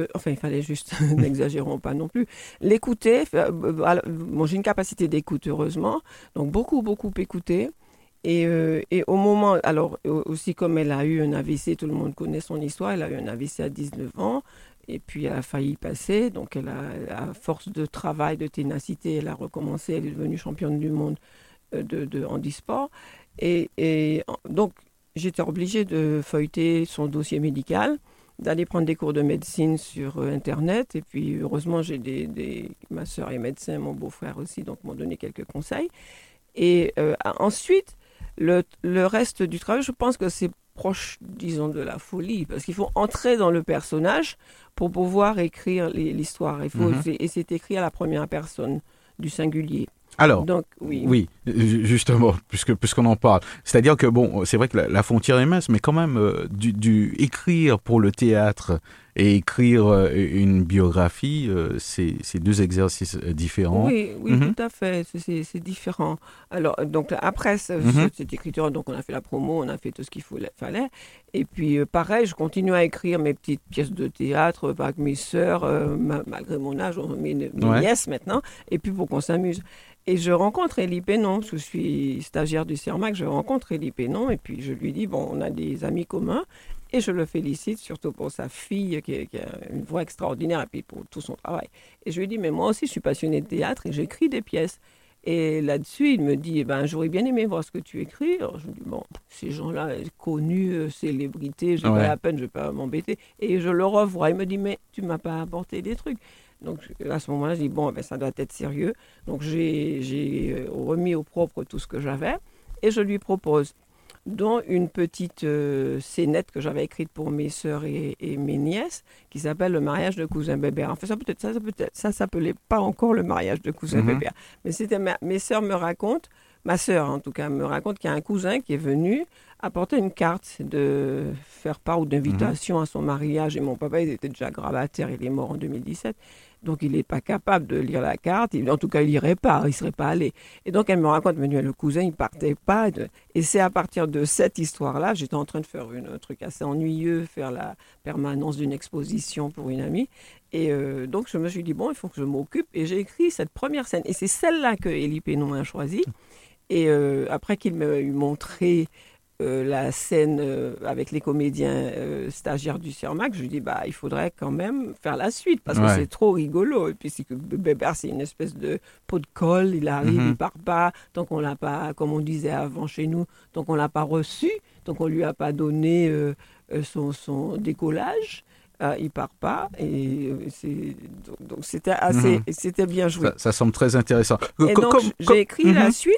n'exagérons pas non plus, l'écouter. J'ai une capacité d'écoute, heureusement. Donc, beaucoup, beaucoup écouter. Et au moment, alors aussi comme elle a eu un AVC, tout le monde connaît son histoire, elle a eu un AVC à 19 ans. Et puis, elle a failli passer. Donc, à force de travail, de ténacité, elle a recommencé. Elle est devenue championne du monde de handisport. Et donc, j'étais obligée de feuilleter son dossier médical, d'aller prendre des cours de médecine sur Internet. Et puis, heureusement, ma sœur est médecin, mon beau-frère aussi, donc m'ont donné quelques conseils. Et ensuite, le reste du travail, je pense que c'est proche, disons, de la folie, parce qu'il faut entrer dans le personnage pour pouvoir écrire l'histoire. Et c'est écrit à la première personne, du singulier. Alors, donc, oui, justement, puisqu'on en parle. C'est-à-dire que, bon, c'est vrai que la frontière est mince, mais quand même, écrire pour le théâtre et écrire une biographie, c'est deux exercices différents. Oui, tout à fait, c'est différent. Alors, donc, après cette écriture, donc, on a fait la promo, on a fait tout ce qu'il fallait. Et puis, pareil, je continue à écrire mes petites pièces de théâtre avec mes sœurs, malgré mon âge, mes nièces maintenant, et puis pour qu'on s'amuse. Et je rencontre Élie Pénon, parce que je suis stagiaire du CERMAC, je rencontre Élie Pénon, et puis je lui dis, bon, on a des amis communs, et je le félicite, surtout pour sa fille, qui a une voix extraordinaire, et puis pour tout son travail. Et je lui dis, mais moi aussi, je suis passionnée de théâtre, et j'écris des pièces. Et là-dessus, il me dit, j'aurais bien aimé voir ce que tu écris. Alors, je me dis, bon, ces gens-là, connus, célébrités, j'ai pas la peine, je vais pas m'embêter. Et je le revois, il me dit, mais tu m'as pas apporté des trucs. Donc, à ce moment-là, je dis, bon, ça doit être sérieux. Donc, j'ai remis au propre tout ce que j'avais et je lui propose, dont une petite scénette que j'avais écrite pour mes sœurs et mes nièces, qui s'appelle Le mariage de cousin Bébert. En fait, ça s'appelait pas encore Le mariage de cousin Bébert. Mais c'était mes sœurs me racontent, ma sœur en tout cas, me raconte qu'il y a un cousin qui est venu apporter une carte de faire part ou d'invitation à son mariage. Et mon papa, il était déjà grabataire, il est mort en 2017. Donc, il n'est pas capable de lire la carte. En tout cas, il n'irait pas, il ne serait pas allé. Et donc, elle me raconte, mais le cousin, il ne partait pas. Et c'est à partir de cette histoire-là, j'étais en train de faire un truc assez ennuyeux, faire la permanence d'une exposition pour une amie. Et donc, je me suis dit, bon, il faut que je m'occupe. Et j'ai écrit cette première scène. Et c'est celle-là que Élie Pénon a choisie. Et après qu'il m'ait montré la scène avec les comédiens stagiaires du CERMAC, je lui dis il faudrait quand même faire la suite parce que c'est trop rigolo. Et puis c'est que Bébert, c'est une espèce de pot de colle, il arrive, il part pas, donc on l'a pas, comme on disait avant chez nous, donc on l'a pas reçu, donc on lui a pas donné son décollage. Il part pas et donc c'était assez c'était bien joué. Ça semble très intéressant. Et donc j'ai écrit la suite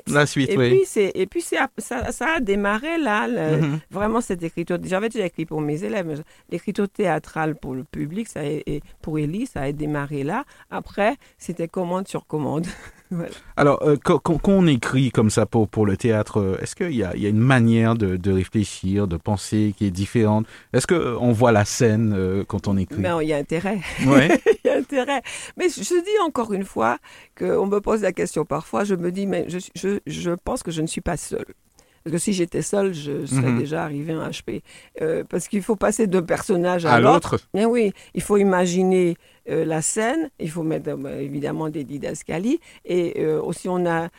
et puis ça a démarré là vraiment cette écriture. J'avais déjà écrit pour mes élèves, mais l'écriture théâtrale pour le public, et pour Élie, ça a démarré là. Après, c'était commande sur commande. Voilà. Alors, quand on écrit comme ça pour le théâtre, est-ce qu'il y a une manière de réfléchir, de penser qui est différente? Est-ce qu'on voit la scène quand on écrit? Ben, il y a intérêt. Ouais. Il y a intérêt. Mais je dis encore une fois qu'on me pose la question parfois, je me dis, mais je pense que je ne suis pas seule. Parce que si j'étais seule, je serais déjà arrivée en HP. Parce qu'il faut passer d'un personnage à l'autre. Mais oui, il faut imaginer la scène, il faut mettre évidemment des didascalies. Et aussi, on a,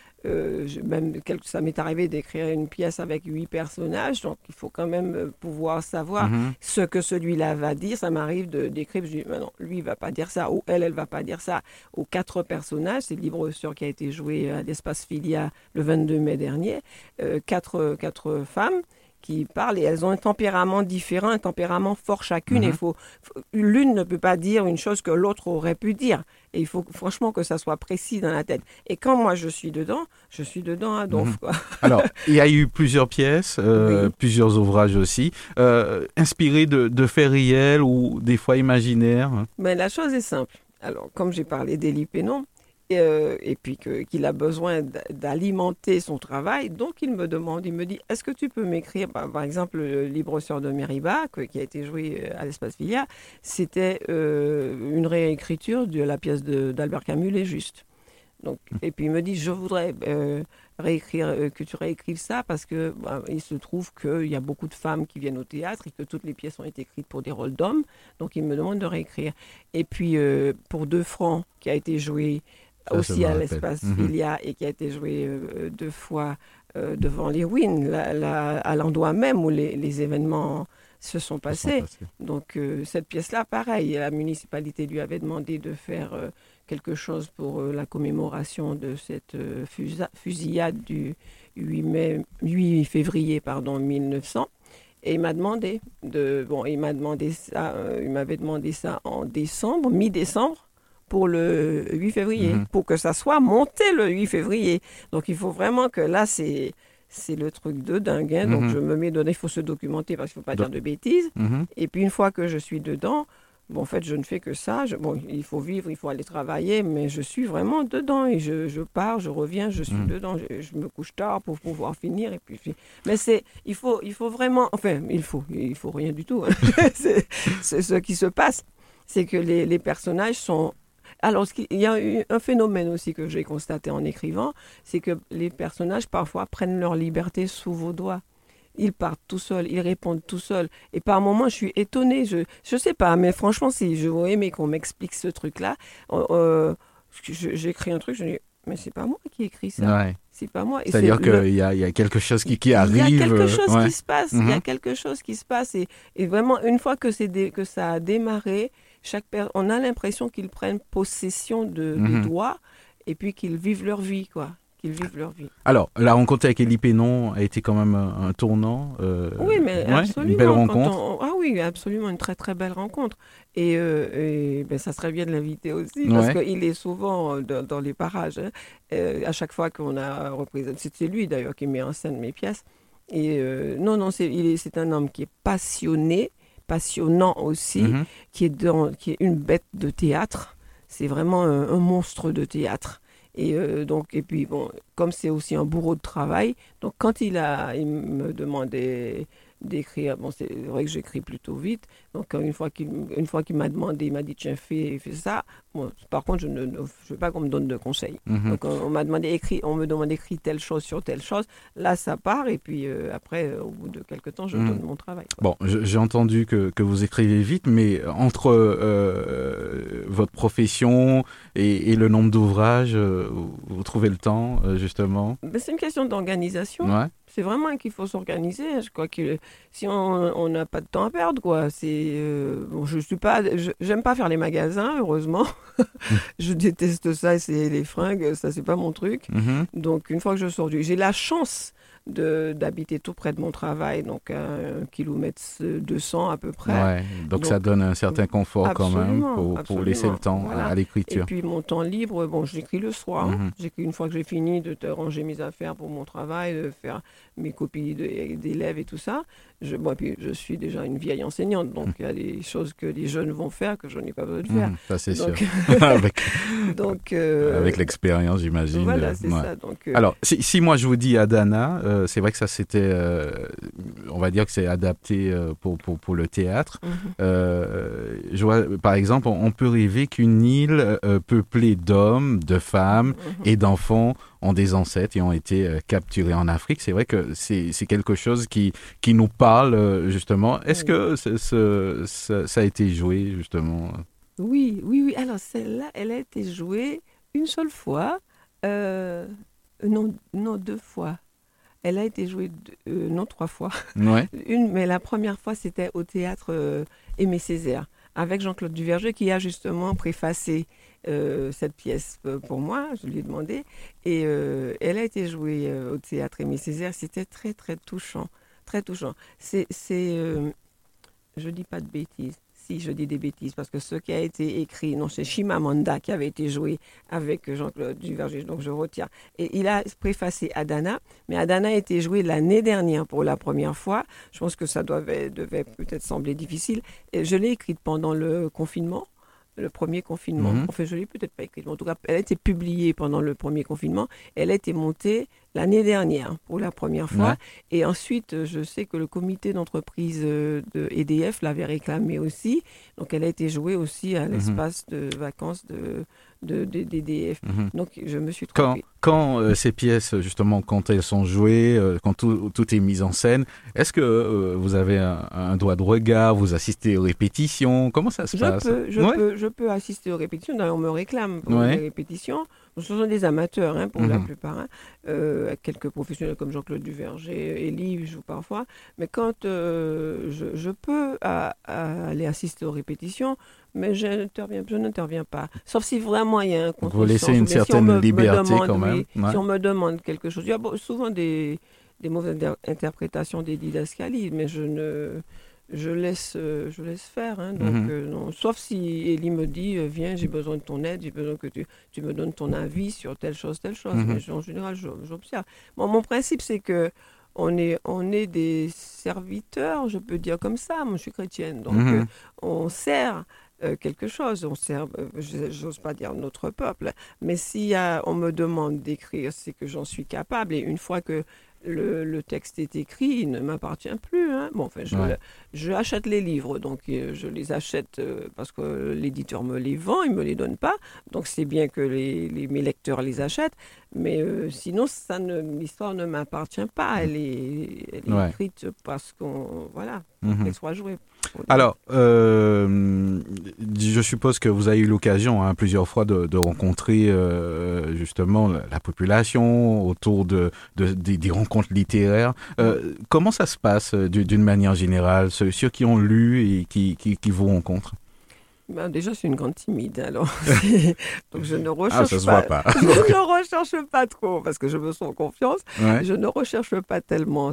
ça m'est arrivé d'écrire une pièce avec 8 personnages, donc il faut quand même pouvoir savoir ce que celui-là va dire. Ça m'arrive d'écrire, je dis, non, lui, il ne va pas dire ça, ou elle ne va pas dire ça. Aux 4 personnages, c'est le livre sur qui a été joué à l'Espace Filia le 22 mai dernier, 4 femmes qui parlent et elles ont un tempérament différent, un tempérament fort chacune. Et l'une ne peut pas dire une chose que l'autre aurait pu dire. Et il faut franchement que ça soit précis dans la tête. Et quand moi je suis dedans à donf. Alors, il y a eu plusieurs pièces, plusieurs ouvrages aussi, inspirés de faits réels ou des fois imaginaires. Mais la chose est simple. Alors, comme j'ai parlé d'Élie Pénon, et puis qu'il a besoin d'alimenter son travail. Donc, il me dit, est-ce que tu peux m'écrire, par exemple, le Libre Sœur de Mériba, qui a été joué à l'Espace Filia, c'était une réécriture de la pièce d'Albert Camus, Les Justes. Donc, et puis il me dit, je voudrais que tu réécrives ça parce que il se trouve qu'il y a beaucoup de femmes qui viennent au théâtre et que toutes les pièces ont été écrites pour des rôles d'hommes. Donc, il me demande de réécrire. Et puis, pour 2 francs, qui a été joué aussi à l'Espace Filia et qui a été joué 2 fois devant les Ruines, à l'endroit même où les événements se sont passées. Donc cette pièce-là, pareil, la municipalité lui avait demandé de faire quelque chose pour la commémoration de cette fusillade du 8 février 1900. Et il m'a demandé il m'avait demandé ça en décembre, mi-décembre, pour le 8 février, pour que ça soit monté le 8 février. Donc il faut vraiment que là, c'est le truc de dingue. Hein. Donc je me mets dedans, il faut se documenter parce qu'il ne faut pas dire de bêtises. Et puis une fois que je suis dedans, en fait, je ne fais que ça. Il faut vivre, il faut aller travailler, mais je suis vraiment dedans. Et je pars, je reviens, je suis dedans. Je me couche tard pour pouvoir finir. Et puis, mais il faut vraiment... Enfin, il faut rien du tout. Hein. c'est ce qui se passe. C'est que les personnages sont... Alors, il y a eu un phénomène aussi que j'ai constaté en écrivant, c'est que les personnages, parfois, prennent leur liberté sous vos doigts. Ils partent tout seuls, ils répondent tout seuls. Et par moments, je suis étonnée. Je sais pas, mais franchement, si je voulais aimer qu'on m'explique ce truc-là, j'écris un truc, je dis, mais c'est pas moi qui écris ça. Ouais. C'est pas moi. C'est-à-dire qu'il y a quelque chose qui arrive. Il y a quelque chose qui se passe. Il y a quelque chose qui se passe. Et vraiment, une fois que ça a démarré, on a l'impression qu'ils prennent possession des doigts et puis qu'ils vivent leur vie, quoi. Alors, la rencontre avec Élie Pénon a été quand même un tournant. Oui, mais absolument. Une belle rencontre. Ah oui, absolument, une très très belle rencontre. Et ça serait bien de l'inviter aussi, parce qu'il est souvent dans les parages. Hein. À chaque fois qu'on a représenté, c'est lui d'ailleurs qui met en scène mes pièces. Et c'est un homme qui est passionnant aussi, qui est une bête de théâtre. C'est vraiment un monstre de théâtre. Et puis comme c'est aussi un bourreau de travail, donc quand il me demandait d'écrire, c'est vrai que j'écris plutôt vite, donc une fois qu'il m'a demandé, il m'a dit tiens fais ça. Bon, par contre je ne veux pas qu'on me donne de conseils. Donc on me demande d'écrire telle chose sur telle chose, là ça part et puis après au bout de quelques temps je donne mon travail. Bon, j'ai entendu que vous écrivez vite, mais entre votre profession et le nombre d'ouvrages, vous trouvez le temps justement? C'est une question d'organisation. Ouais. C'est vraiment qu'il faut s'organiser. Je crois que si on n'a pas de temps à perdre, quoi. J'aime pas faire les magasins, heureusement. Je déteste ça, essayer les fringues, ça c'est pas mon truc. Donc une fois que je sors j'ai la chance d'habiter tout près de mon travail, donc 1 kilomètre 200 à peu près. Ouais, donc ça donne un certain confort quand même pour laisser le temps à l'écriture. Et puis mon temps libre, j'écris le soir. J'écris une fois que j'ai fini de ranger mes affaires pour mon travail, de faire mes copies d'élèves et tout ça. Puis je suis déjà une vieille enseignante, donc il y a des choses que les jeunes vont faire que je n'ai pas besoin de faire. Ça c'est sûr. Avec l'expérience, j'imagine. Voilà, c'est ça. Donc, alors, si moi je vous dis Adana, c'est vrai que ça c'était, on va dire que c'est adapté pour le théâtre. Je vois, par exemple, on peut rêver qu'une île peuplée d'hommes, de femmes et d'enfants ont des ancêtres et ont été capturés en Afrique. C'est vrai que c'est quelque chose qui nous parle justement. Est-ce que ça a été joué justement? Oui. Alors celle-là, elle a été jouée une seule fois. Non, 2 fois. Elle a été jouée 3 fois. Ouais. Mais la première fois, c'était au théâtre Aimé Césaire, avec Jean-Claude Duverger, qui a justement préfacé cette pièce pour moi, je lui ai demandé. Et elle a été jouée au théâtre Aimé Césaire. C'était très, très touchant. Très touchant. Je dis pas de bêtises. Si, je dis des bêtises, parce que ce qui a été écrit, c'est Chimamanda qui avait été joué avec Jean-Claude Duverger, donc je retire. Et il a préfacé Adana, mais Adana a été joué l'année dernière pour la première fois. Je pense que ça devait peut-être sembler difficile. Et je l'ai écrite pendant le confinement. Le premier confinement. Enfin, je ne l'ai peut-être pas écrite. En tout cas, elle a été publiée pendant le premier confinement. Elle a été montée l'année dernière pour la première fois. Ouais. Et ensuite, je sais que le comité d'entreprise de EDF l'avait réclamée aussi. Donc, elle a été jouée aussi à l'espace de vacances d'EDF. Donc, je me suis trompée. Quand ces pièces, justement, quand elles sont jouées, quand tout est mis en scène, est-ce que vous avez un doigt de regard, vous assistez aux répétitions? Comment ça se passe? Je peux assister aux répétitions. D'ailleurs, on me réclame pour les répétitions. Ce sont des amateurs, hein, pour la plupart. Hein. Quelques professionnels comme Jean-Claude Duverger, Élie joue parfois. Mais quand je peux aller assister aux répétitions, mais je n'interviens pas. Sauf si vraiment il y a un contresens. Vous laissez une certaine liberté quand même. Si on me demande quelque chose. Il y a souvent des mauvaises interprétations des didascalies, mais je laisse faire. Hein, donc, non. Sauf si Élie me dit, viens, j'ai besoin de ton aide, j'ai besoin que tu me donnes ton avis sur telle chose. Mais en général, j'observe. Bon, mon principe, c'est que on est des serviteurs, je peux dire comme ça. Moi, je suis chrétienne, donc on sert quelque chose. On sert, j'ose pas dire notre peuple, mais si on me demande d'écrire, c'est que j'en suis capable. Et une fois que le texte est écrit, il ne m'appartient plus. Hein. Bon, enfin, je achète les livres, donc je les achète parce que l'éditeur me les vend, il me les donne pas. Donc c'est bien que mes lecteurs les achètent, mais sinon l'histoire ne m'appartient pas. Elle est écrite parce qu'elle soit jouée. Alors, je suppose que vous avez eu l'occasion plusieurs fois de rencontrer justement la population autour des rencontres littéraires. Comment ça se passe d'une manière générale, ceux qui ont lu et qui vous rencontrent? Déjà, je suis une grande timide, alors donc je ne recherche ça se voit pas. Je ne recherche pas trop parce que je me sens en confiance. Ouais. Je ne recherche pas tellement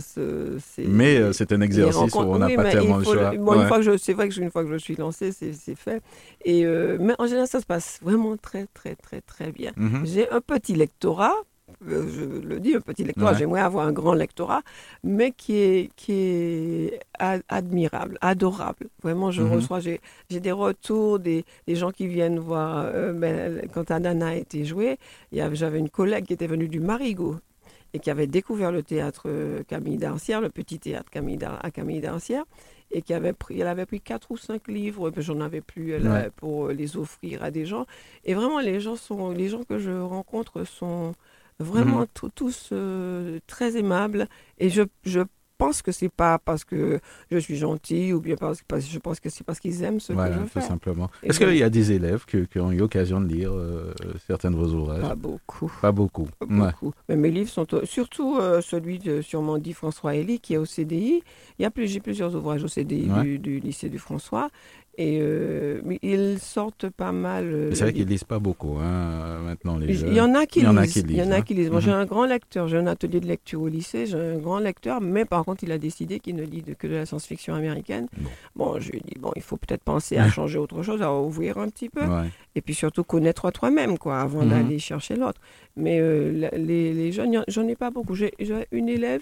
mais c'est un exercice où on n'a pas tellement le choix. C'est vrai que une fois que je suis lancée, c'est fait. Et mais en général, ça se passe vraiment très très très très bien. J'ai un petit lectorat. Je le dis, un petit lectorat, j'aimerais avoir un grand lectorat, mais qui est admirable, adorable. Vraiment, je reçois, j'ai des retours, des gens qui viennent voir. Quand Adana a été joué, j'avais une collègue qui était venue du Marigot et qui avait découvert le théâtre Camille d'Arcière, le petit théâtre à Camille d'Arcière, et elle avait pris 4 ou 5 livres, j'en avais plus pour les offrir à des gens. Et vraiment, les gens que je rencontre sont vraiment tous très aimables, et je pense que c'est pas parce que je suis gentille ou bien parce que je pense que c'est parce qu'ils aiment ce que je fais. Tout simplement. Est-ce qu'il y a des élèves qui ont eu l'occasion de lire certains de vos ouvrages? Pas beaucoup. Ouais. Mais mes livres sont surtout celui sur mon dit François Élie qui est au CDI. J'ai plusieurs ouvrages au CDI du lycée du François. Et ils sortent pas mal. C'est vrai qu'ils lisent pas beaucoup maintenant, les jeunes. Il y en a qui lisent. Moi, j'ai un grand lecteur. J'ai un atelier de lecture au lycée. J'ai un grand lecteur, mais par contre, il a décidé qu'il ne lit que de la science-fiction américaine. Bon, je lui ai dit, il faut peut-être penser à changer autre chose, à ouvrir un petit peu. Ouais. Et puis surtout connaître toi-même, avant d'aller chercher l'autre. Mais les jeunes, j'en ai pas beaucoup. J'ai une élève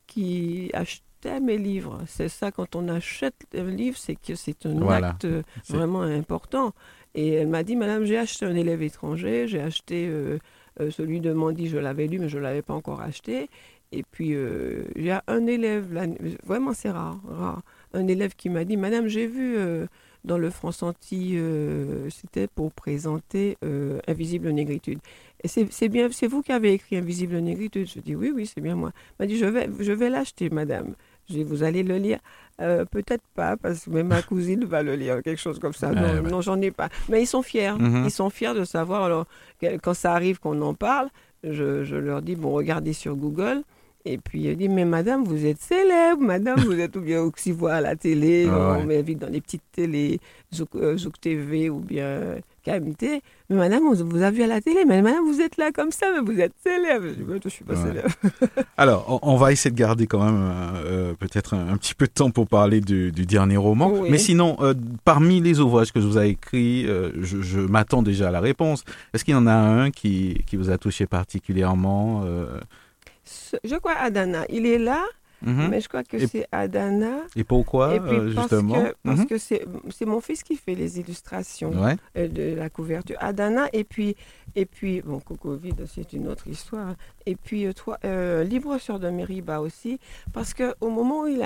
qui achetait mes livres. C'est ça, quand on achète un livre, c'est que c'est un acte vraiment important. Et elle m'a dit, madame, j'ai acheté un élève étranger, j'ai acheté celui de Mandy, je l'avais lu, mais je ne l'avais pas encore acheté. Et puis, il y a un élève, là, vraiment c'est rare, un élève qui m'a dit, madame, j'ai vu dans le France-Antilles, c'était pour présenter Invisible Négritude. Et c'est vous qui avez écrit Invisible Négritude? Je dis, oui, c'est bien moi. Elle m'a dit, je vais l'acheter, madame. Je dis, vous allez le lire? Peut-être pas, parce que même ma cousine va le lire, quelque chose comme ça. Non, j'en ai pas. Mais ils sont fiers. Ils sont fiers de savoir. Alors, quand ça arrive qu'on en parle, je leur dis, regardez sur Google. Et puis, elle dit, mais madame, vous êtes célèbre, madame, vous êtes ou bien aussi voit à la télé, on m'invite dans les petites télés, Zouk TV ou bien KMT. Mais madame, vous avez vu à la télé, mais madame, vous êtes là comme ça, mais vous êtes célèbre. Je dis, je ne suis pas célèbre. Alors, on va essayer de garder quand même peut-être un petit peu de temps pour parler du dernier roman. Oui. Mais sinon, parmi les ouvrages que je vous ai écrits, je m'attends déjà à la réponse. Est-ce qu'il y en a un qui vous a touché particulièrement Je crois Adana, il est là, mais je crois que c'est Adana. Et pourquoi, justement? Parce que c'est mon fils qui fait les illustrations de la couverture. Adana, et puis Coco Vide, c'est une autre histoire. Et puis, Libre Sœur de Mériba aussi, parce qu'au moment où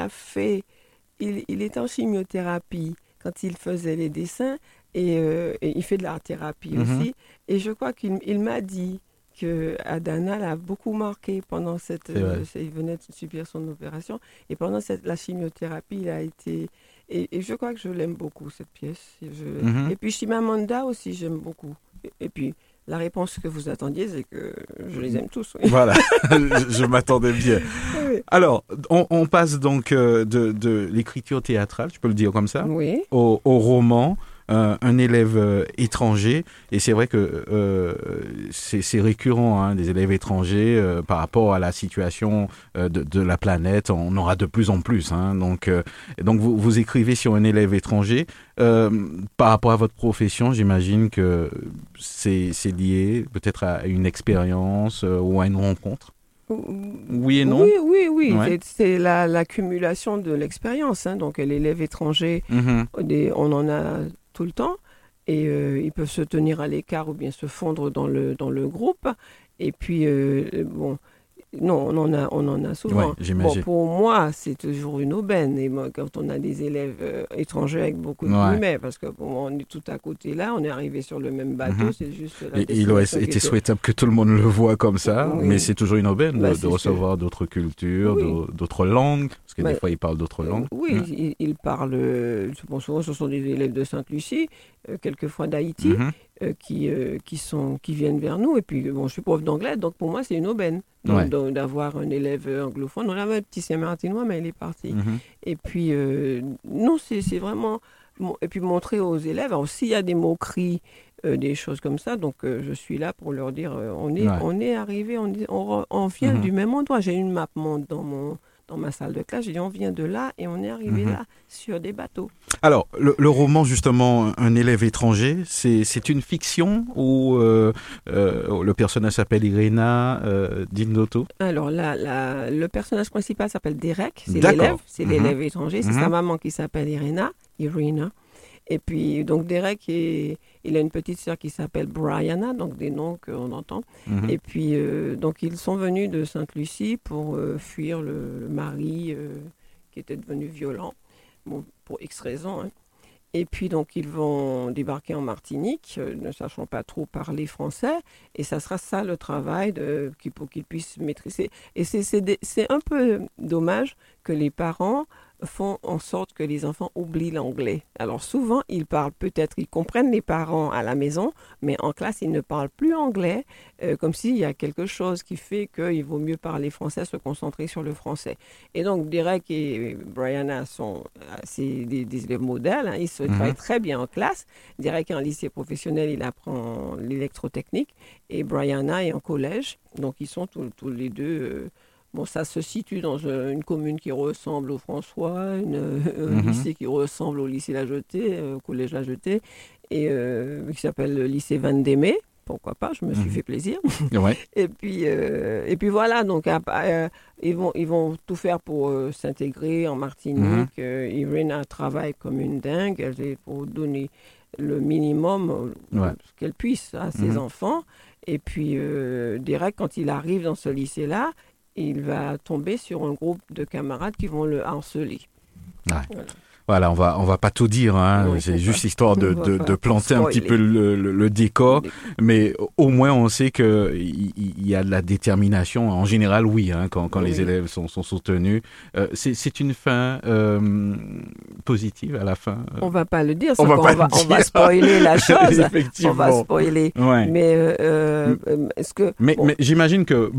il était en chimiothérapie, quand il faisait les dessins, et il fait de l'art-thérapie aussi, et je crois qu'il m'a dit que Adana l'a beaucoup marqué pendant il venait de subir son opération, et pendant la chimiothérapie, il a été, et je crois que je l'aime beaucoup, cette pièce. Et puis Chimamanda aussi, j'aime beaucoup. Et puis la réponse que vous attendiez, c'est que je les aime tous. Oui. Voilà, je m'attendais bien. Oui. Alors, on passe donc de l'écriture théâtrale, je peux le dire comme ça, Oui. au roman. Un élève étranger, et c'est vrai que c'est récurrent, hein, des élèves étrangers par rapport à la situation de la planète, on aura de plus en plus. Hein, donc vous écrivez sur un élève étranger. Par rapport à votre profession, j'imagine que c'est lié peut-être à une expérience ou à une rencontre. Oui et non. Oui. Ouais. C'est l'accumulation de l'expérience. Hein. Donc, l'élève étranger, on en a tout le temps, et ils peuvent se tenir à l'écart ou bien se fondre dans le groupe. Et puis, non, on en a souvent. Ouais, j'imagine. Pour moi, c'est toujours une aubaine. Et moi, quand on a des élèves étrangers avec beaucoup de guillemets, parce que on est tout à côté là, on est arrivé sur le même bateau, c'est juste la il aurait été souhaitable que tout le monde le voit comme ça, mais c'est toujours une aubaine de recevoir d'autres cultures, d'autres langues, parce que des fois ils parlent d'autres langues. Oui, ils parlent, souvent ce sont des élèves de Sainte-Lucie, quelquefois d'Haïti, qui viennent vers nous. Et puis, je suis prof d'anglais, donc pour moi, c'est une aubaine d'avoir un élève anglophone. On avait un petit Saint-Martinois, mais il est parti. Et puis, non, c'est vraiment... Et puis, montrer aux élèves, alors s'il y a des moqueries, des choses comme ça, donc je suis là pour leur dire, on est arrivé, on vient du même endroit. J'ai une map dans ma salle de classe, j'ai dit on vient de là et on est arrivé là sur des bateaux. Alors, le roman justement, Un élève étranger, c'est une fiction où le personnage s'appelle Irena Dindoto. Alors le personnage principal s'appelle Derek, c'est l'élève étranger, c'est sa maman qui s'appelle Irena. Et puis, donc, Derek, il a une petite sœur qui s'appelle Brianna, donc des noms qu'on entend. Et puis, donc, ils sont venus de Sainte-Lucie pour fuir le mari qui était devenu violent, pour X raisons. Hein. Et puis, donc, ils vont débarquer en Martinique, ne sachant pas trop parler français. Et ça sera ça le travail pour qu'ils puissent maîtriser. Et c'est un peu dommage que les parents font en sorte que les enfants oublient l'anglais. Alors souvent, ils comprennent les parents à la maison, mais en classe, ils ne parlent plus anglais, comme s'il y a quelque chose qui fait qu'il vaut mieux parler français, se concentrer sur le français. Et donc, Derek et Brianna c'est des élèves modèles, hein, ils se travaillent très bien en classe. Derek est en lycée professionnel, il apprend l'électrotechnique, et Brianna est en collège, donc ils sont tous les deux... ça se situe dans une commune qui ressemble au François, un lycée qui ressemble au lycée La Jetée, au collège La Jetée, et qui s'appelle le lycée Van Démé. Pourquoi pas, je me suis fait plaisir. Ouais. Et puis voilà, donc ils vont tout faire pour s'intégrer en Martinique. Irena travaille comme une dingue, elle est pour donner le minimum qu'elle puisse à ses enfants. Et puis Derek, quand il arrive dans ce lycée-là, il va tomber sur un groupe de camarades qui vont le harceler. Ouais. Voilà, on va pas tout dire, hein. Oui, c'est juste histoire de planter un petit peu le décor, mais au moins on sait que il y a de la détermination. En général, oui, hein, quand les élèves sont soutenus, c'est une fin positive à la fin. On va pas le dire, on va spoiler la chose. Effectivement. On va spoiler. Ouais. Mais est-ce que mais j'imagine que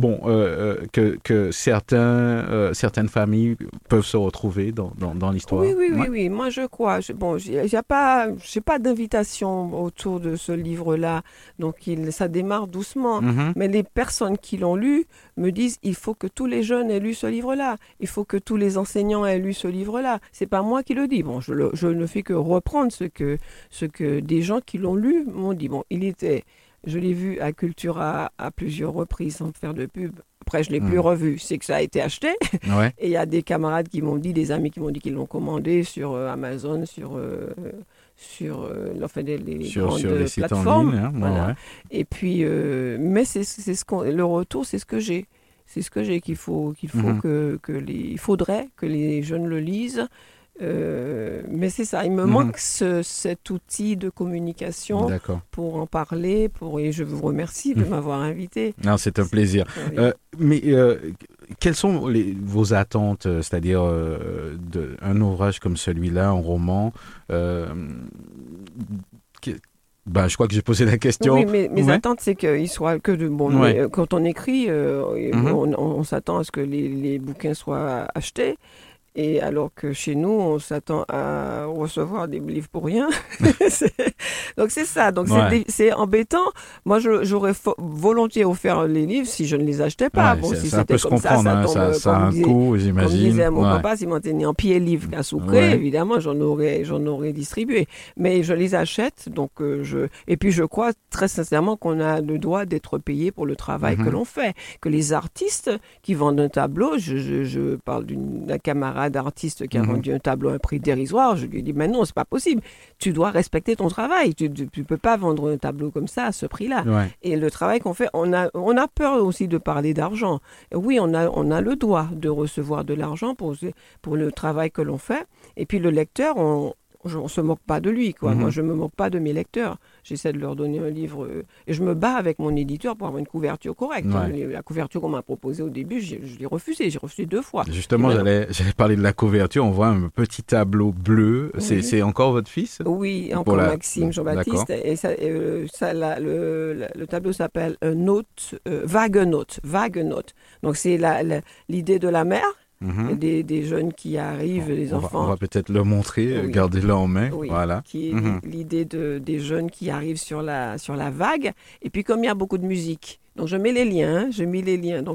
que certaines familles peuvent se retrouver dans l'histoire. Oui. Moi, je crois. J'ai pas d'invitation autour de ce livre-là, donc ça démarre doucement. Mais les personnes qui l'ont lu me disent il faut que tous les jeunes aient lu ce livre-là. Il faut que tous les enseignants aient lu ce livre-là. C'est pas moi qui le dis. Bon, je ne fais que reprendre ce que des gens qui l'ont lu m'ont dit. Bon, je l'ai vu à Cultura à plusieurs reprises sans faire de pub. Après, je ne l'ai plus revu. C'est que ça a été acheté. Ouais. Et il y a des camarades qui m'ont dit, des amis qui m'ont dit qu'ils l'ont commandé sur Amazon, sur les grandes plateformes. Ligne, hein. Voilà. Ouais. Et puis, mais le retour, c'est ce que j'ai. C'est ce que j'ai qu'il faudrait que les jeunes le lisent. Mais c'est ça, il me manque cet outil de communication pour en parler, et je vous remercie de m'avoir invité. Non, c'est un plaisir. Mais quelles sont vos attentes, c'est-à-dire un ouvrage comme celui-là, un roman Je crois que j'ai posé la question. Oui, mais mes attentes, c'est qu'il soit que de bon. Quand on écrit, on s'attend à ce que les bouquins soient achetés. Et alors que chez nous, on s'attend à recevoir des livres pour rien. Donc c'est ça. Donc c'est embêtant. Moi, j'aurais volontiers offert les livres si je ne les achetais pas. Si ça peut se comprendre. Ça a un coût, j'imagine. Comme disait mon papa, s'il m'en tenait en pied livre qu'à sucré, évidemment, j'en aurais distribué. Mais je les achète. Donc et puis je crois très sincèrement qu'on a le droit d'être payé pour le travail que l'on fait. Que les artistes qui vendent un tableau, je parle d'un camarade d'artiste qui a vendu un tableau à un prix dérisoire, je lui ai dit, mais non, c'est pas possible. Tu dois respecter ton travail. Tu peux pas vendre un tableau comme ça à ce prix-là. Et le travail qu'on fait, on a peur aussi de parler d'argent. Oui, on a le droit de recevoir de l'argent pour le travail que l'on fait. Et puis le lecteur, on se moque pas de lui, quoi. Moi, je me moque pas de mes lecteurs. J'essaie de leur donner un livre et je me bats avec mon éditeur pour avoir une couverture correcte. La couverture qu'on m'a proposée au début, je l'ai refusée. J'ai refusé 2 fois. Justement, j'allais parler de la couverture. On voit un petit tableau bleu. C'est encore votre fils? Oui, encore Maxime Jean-Baptiste. Et le tableau s'appelle Vague Note. Donc c'est l'idée de la mer. Des jeunes qui arrivent, les enfants. On va peut-être le montrer, gardez-le en main. Voilà. Qui est l'idée des jeunes qui arrivent sur la vague. Et puis comme il y a beaucoup de musique, donc je mets les liens. Donc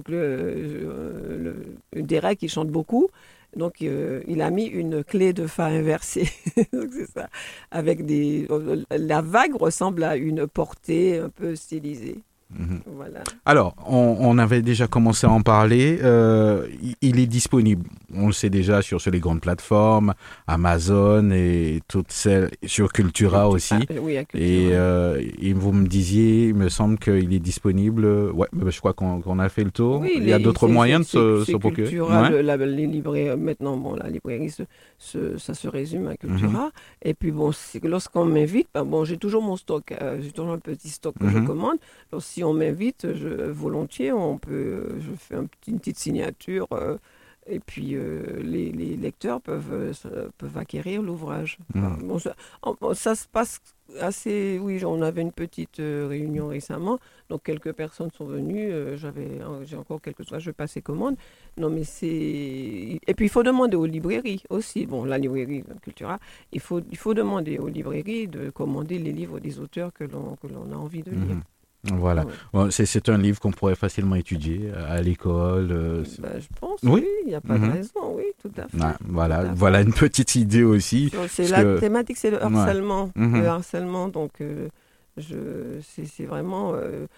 Derek, il chante beaucoup. Donc il a mis une clé de fa inversée. Donc c'est ça. Avec la vague ressemble à une portée un peu stylisée. Voilà. Alors, on avait déjà commencé à en parler. Il est disponible, on le sait déjà, sur les grandes plateformes, Amazon et toutes celles, sur Cultura aussi. Oui, à Cultura. Et vous me disiez, il me semble qu'il est disponible. Je crois qu'on a fait le tour. Oui, il y a d'autres moyens de se procurer. Cultura, les librairies, maintenant, la librairie, ça se résume à Cultura. Et puis, lorsqu'on m'invite, j'ai toujours mon stock. J'ai toujours un petit stock que je commande. Alors, si on m'invite, volontiers, je fais une petite signature et puis les lecteurs peuvent acquérir l'ouvrage. Ça se passe assez... Oui, on avait une petite réunion récemment, donc quelques personnes sont venues, j'ai encore quelques fois, je passais commande. Non, mais c'est... Et puis il faut demander aux librairies aussi, la librairie Cultura, il faut demander aux librairies de commander les livres des auteurs que l'on a envie de lire. Voilà. C'est un livre qu'on pourrait facilement étudier à l'école. Je pense, oui, il n'y a pas de raison, oui, tout à fait. Voilà une petite idée aussi. La thématique, c'est le harcèlement. Le harcèlement, donc c'est vraiment...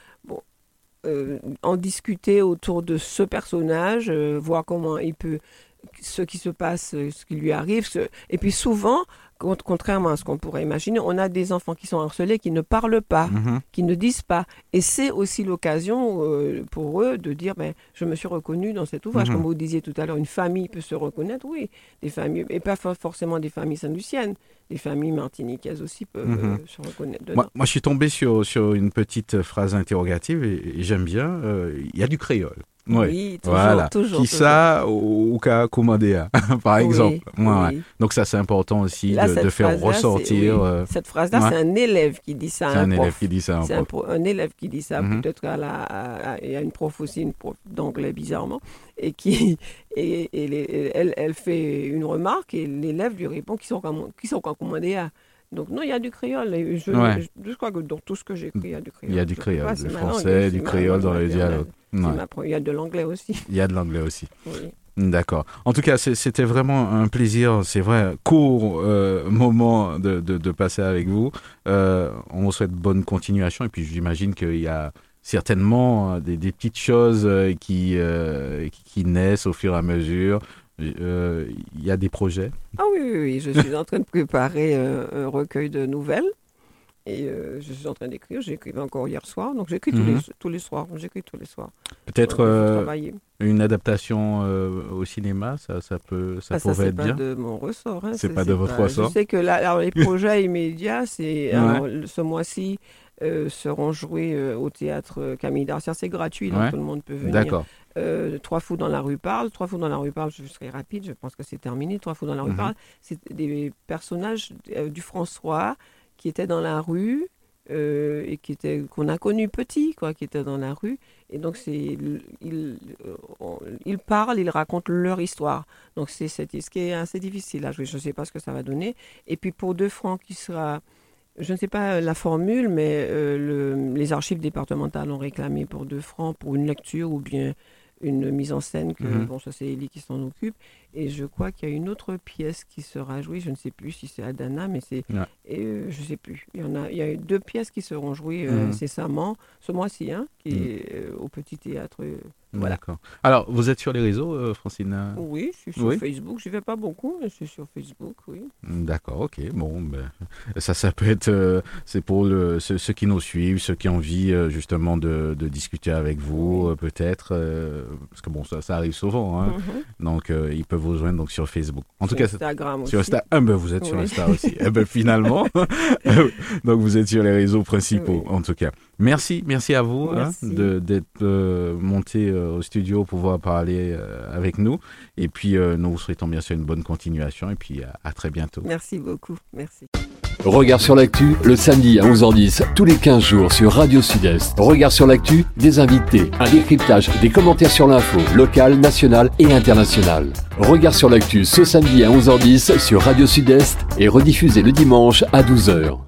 en discuter autour de ce personnage, voir comment il peut... ce qui se passe, ce qui lui arrive. Et puis souvent, contrairement à ce qu'on pourrait imaginer, on a des enfants qui sont harcelés, qui ne parlent pas, qui ne disent pas. Et c'est aussi l'occasion pour eux de dire, je me suis reconnu dans cet ouvrage. Comme vous disiez tout à l'heure, une famille peut se reconnaître, oui. Des familles, et pas forcément des familles saint-luciennes. Les familles martiniquaises aussi peuvent se reconnaître dedans. Moi, je suis tombé sur une petite phrase interrogative et j'aime bien. Il y a du créole. Oui, toujours. Qui ça ou qu'à commander, par exemple. Oui. Donc ça, c'est important aussi de faire ressortir. Cette phrase-là, c'est un élève qui dit ça. C'est un élève qui dit ça. Un élève qui dit ça. Peut-être il y a une prof aussi, une prof d'anglais bizarrement, et elle fait une remarque et l'élève lui répond qui sont commandés. Donc non, il y a du créole. Je crois que dans tout ce que j'écris, il y a du créole. Il y a du créole, du français, du créole dans le dialogue. Il y a de l'anglais aussi. Il y a de l'anglais aussi. Oui. D'accord. En tout cas, c'était vraiment un plaisir. C'est vrai, court moment de passer avec vous. On vous souhaite bonne continuation. Et puis, j'imagine qu'il y a certainement des petites choses qui naissent au fur et à mesure. Il y a des projets? Ah oui, je suis en train de préparer un recueil de nouvelles et je suis en train d'écrire. J'ai écrit encore hier soir, donc j'écris tous les soirs. Peut-être une adaptation au cinéma, ça pourrait être bien. C'est pas de mon ressort. C'est pas de votre ressort. Je sais que les projets immédiats, ce mois-ci seront joués au théâtre Camille Darcière. C'est gratuit, donc tout le monde peut venir. D'accord. 3 fous dans la rue parle. 3 fous dans la rue parle, je serai rapide, je pense que c'est terminé. 3 fous dans la rue parle, c'est des personnages du François qui étaient dans la rue et qu'on a connu petit, quoi, qui étaient dans la rue. Et donc, ils parlent, ils racontent leur histoire. Donc, c'est ce qui est assez difficile à jouer. Je ne sais pas ce que ça va donner. Et puis, pour 2 francs, qui sera... Je ne sais pas la formule, mais les archives départementales ont réclamé pour 2 francs pour une lecture ou bien une mise en scène que, bon, ça c'est Élie qui s'en occupe. Et je crois qu'il y a une autre pièce qui sera jouée, je ne sais plus si c'est Adana, mais c'est... je ne sais plus. Il y a 2 pièces qui seront jouées incessamment, ce mois-ci, qui est au Petit Théâtre. Voilà. D'accord. Alors, vous êtes sur les réseaux, Francine? Oui, je suis sur Facebook. Je ne vais pas beaucoup, mais je suis sur Facebook, oui. D'accord, ok. Bon, ça peut être... c'est pour ceux qui nous suivent, ceux qui ont envie justement de discuter avec vous, peut-être. Parce que bon, ça arrive souvent. Hein. Donc, ils peuvent vous joindre donc, sur Facebook. En tout cas, Instagram aussi. Sur vous êtes sur Insta aussi. Finalement, donc vous êtes sur les réseaux principaux, en tout cas. Merci à vous d'être monté au studio pour pouvoir parler avec nous. Et puis, nous vous souhaitons bien sûr une bonne continuation. Et puis, à très bientôt. Merci beaucoup. Merci. Regard sur l'actu, le samedi à 11h10, tous les 15 jours sur Radio Sud-Est. Regard sur l'actu, des invités, un décryptage, des commentaires sur l'info, locale, nationale et internationale. Regard sur l'actu ce samedi à 11h10 sur Radio Sud-Est et rediffusé le dimanche à 12h.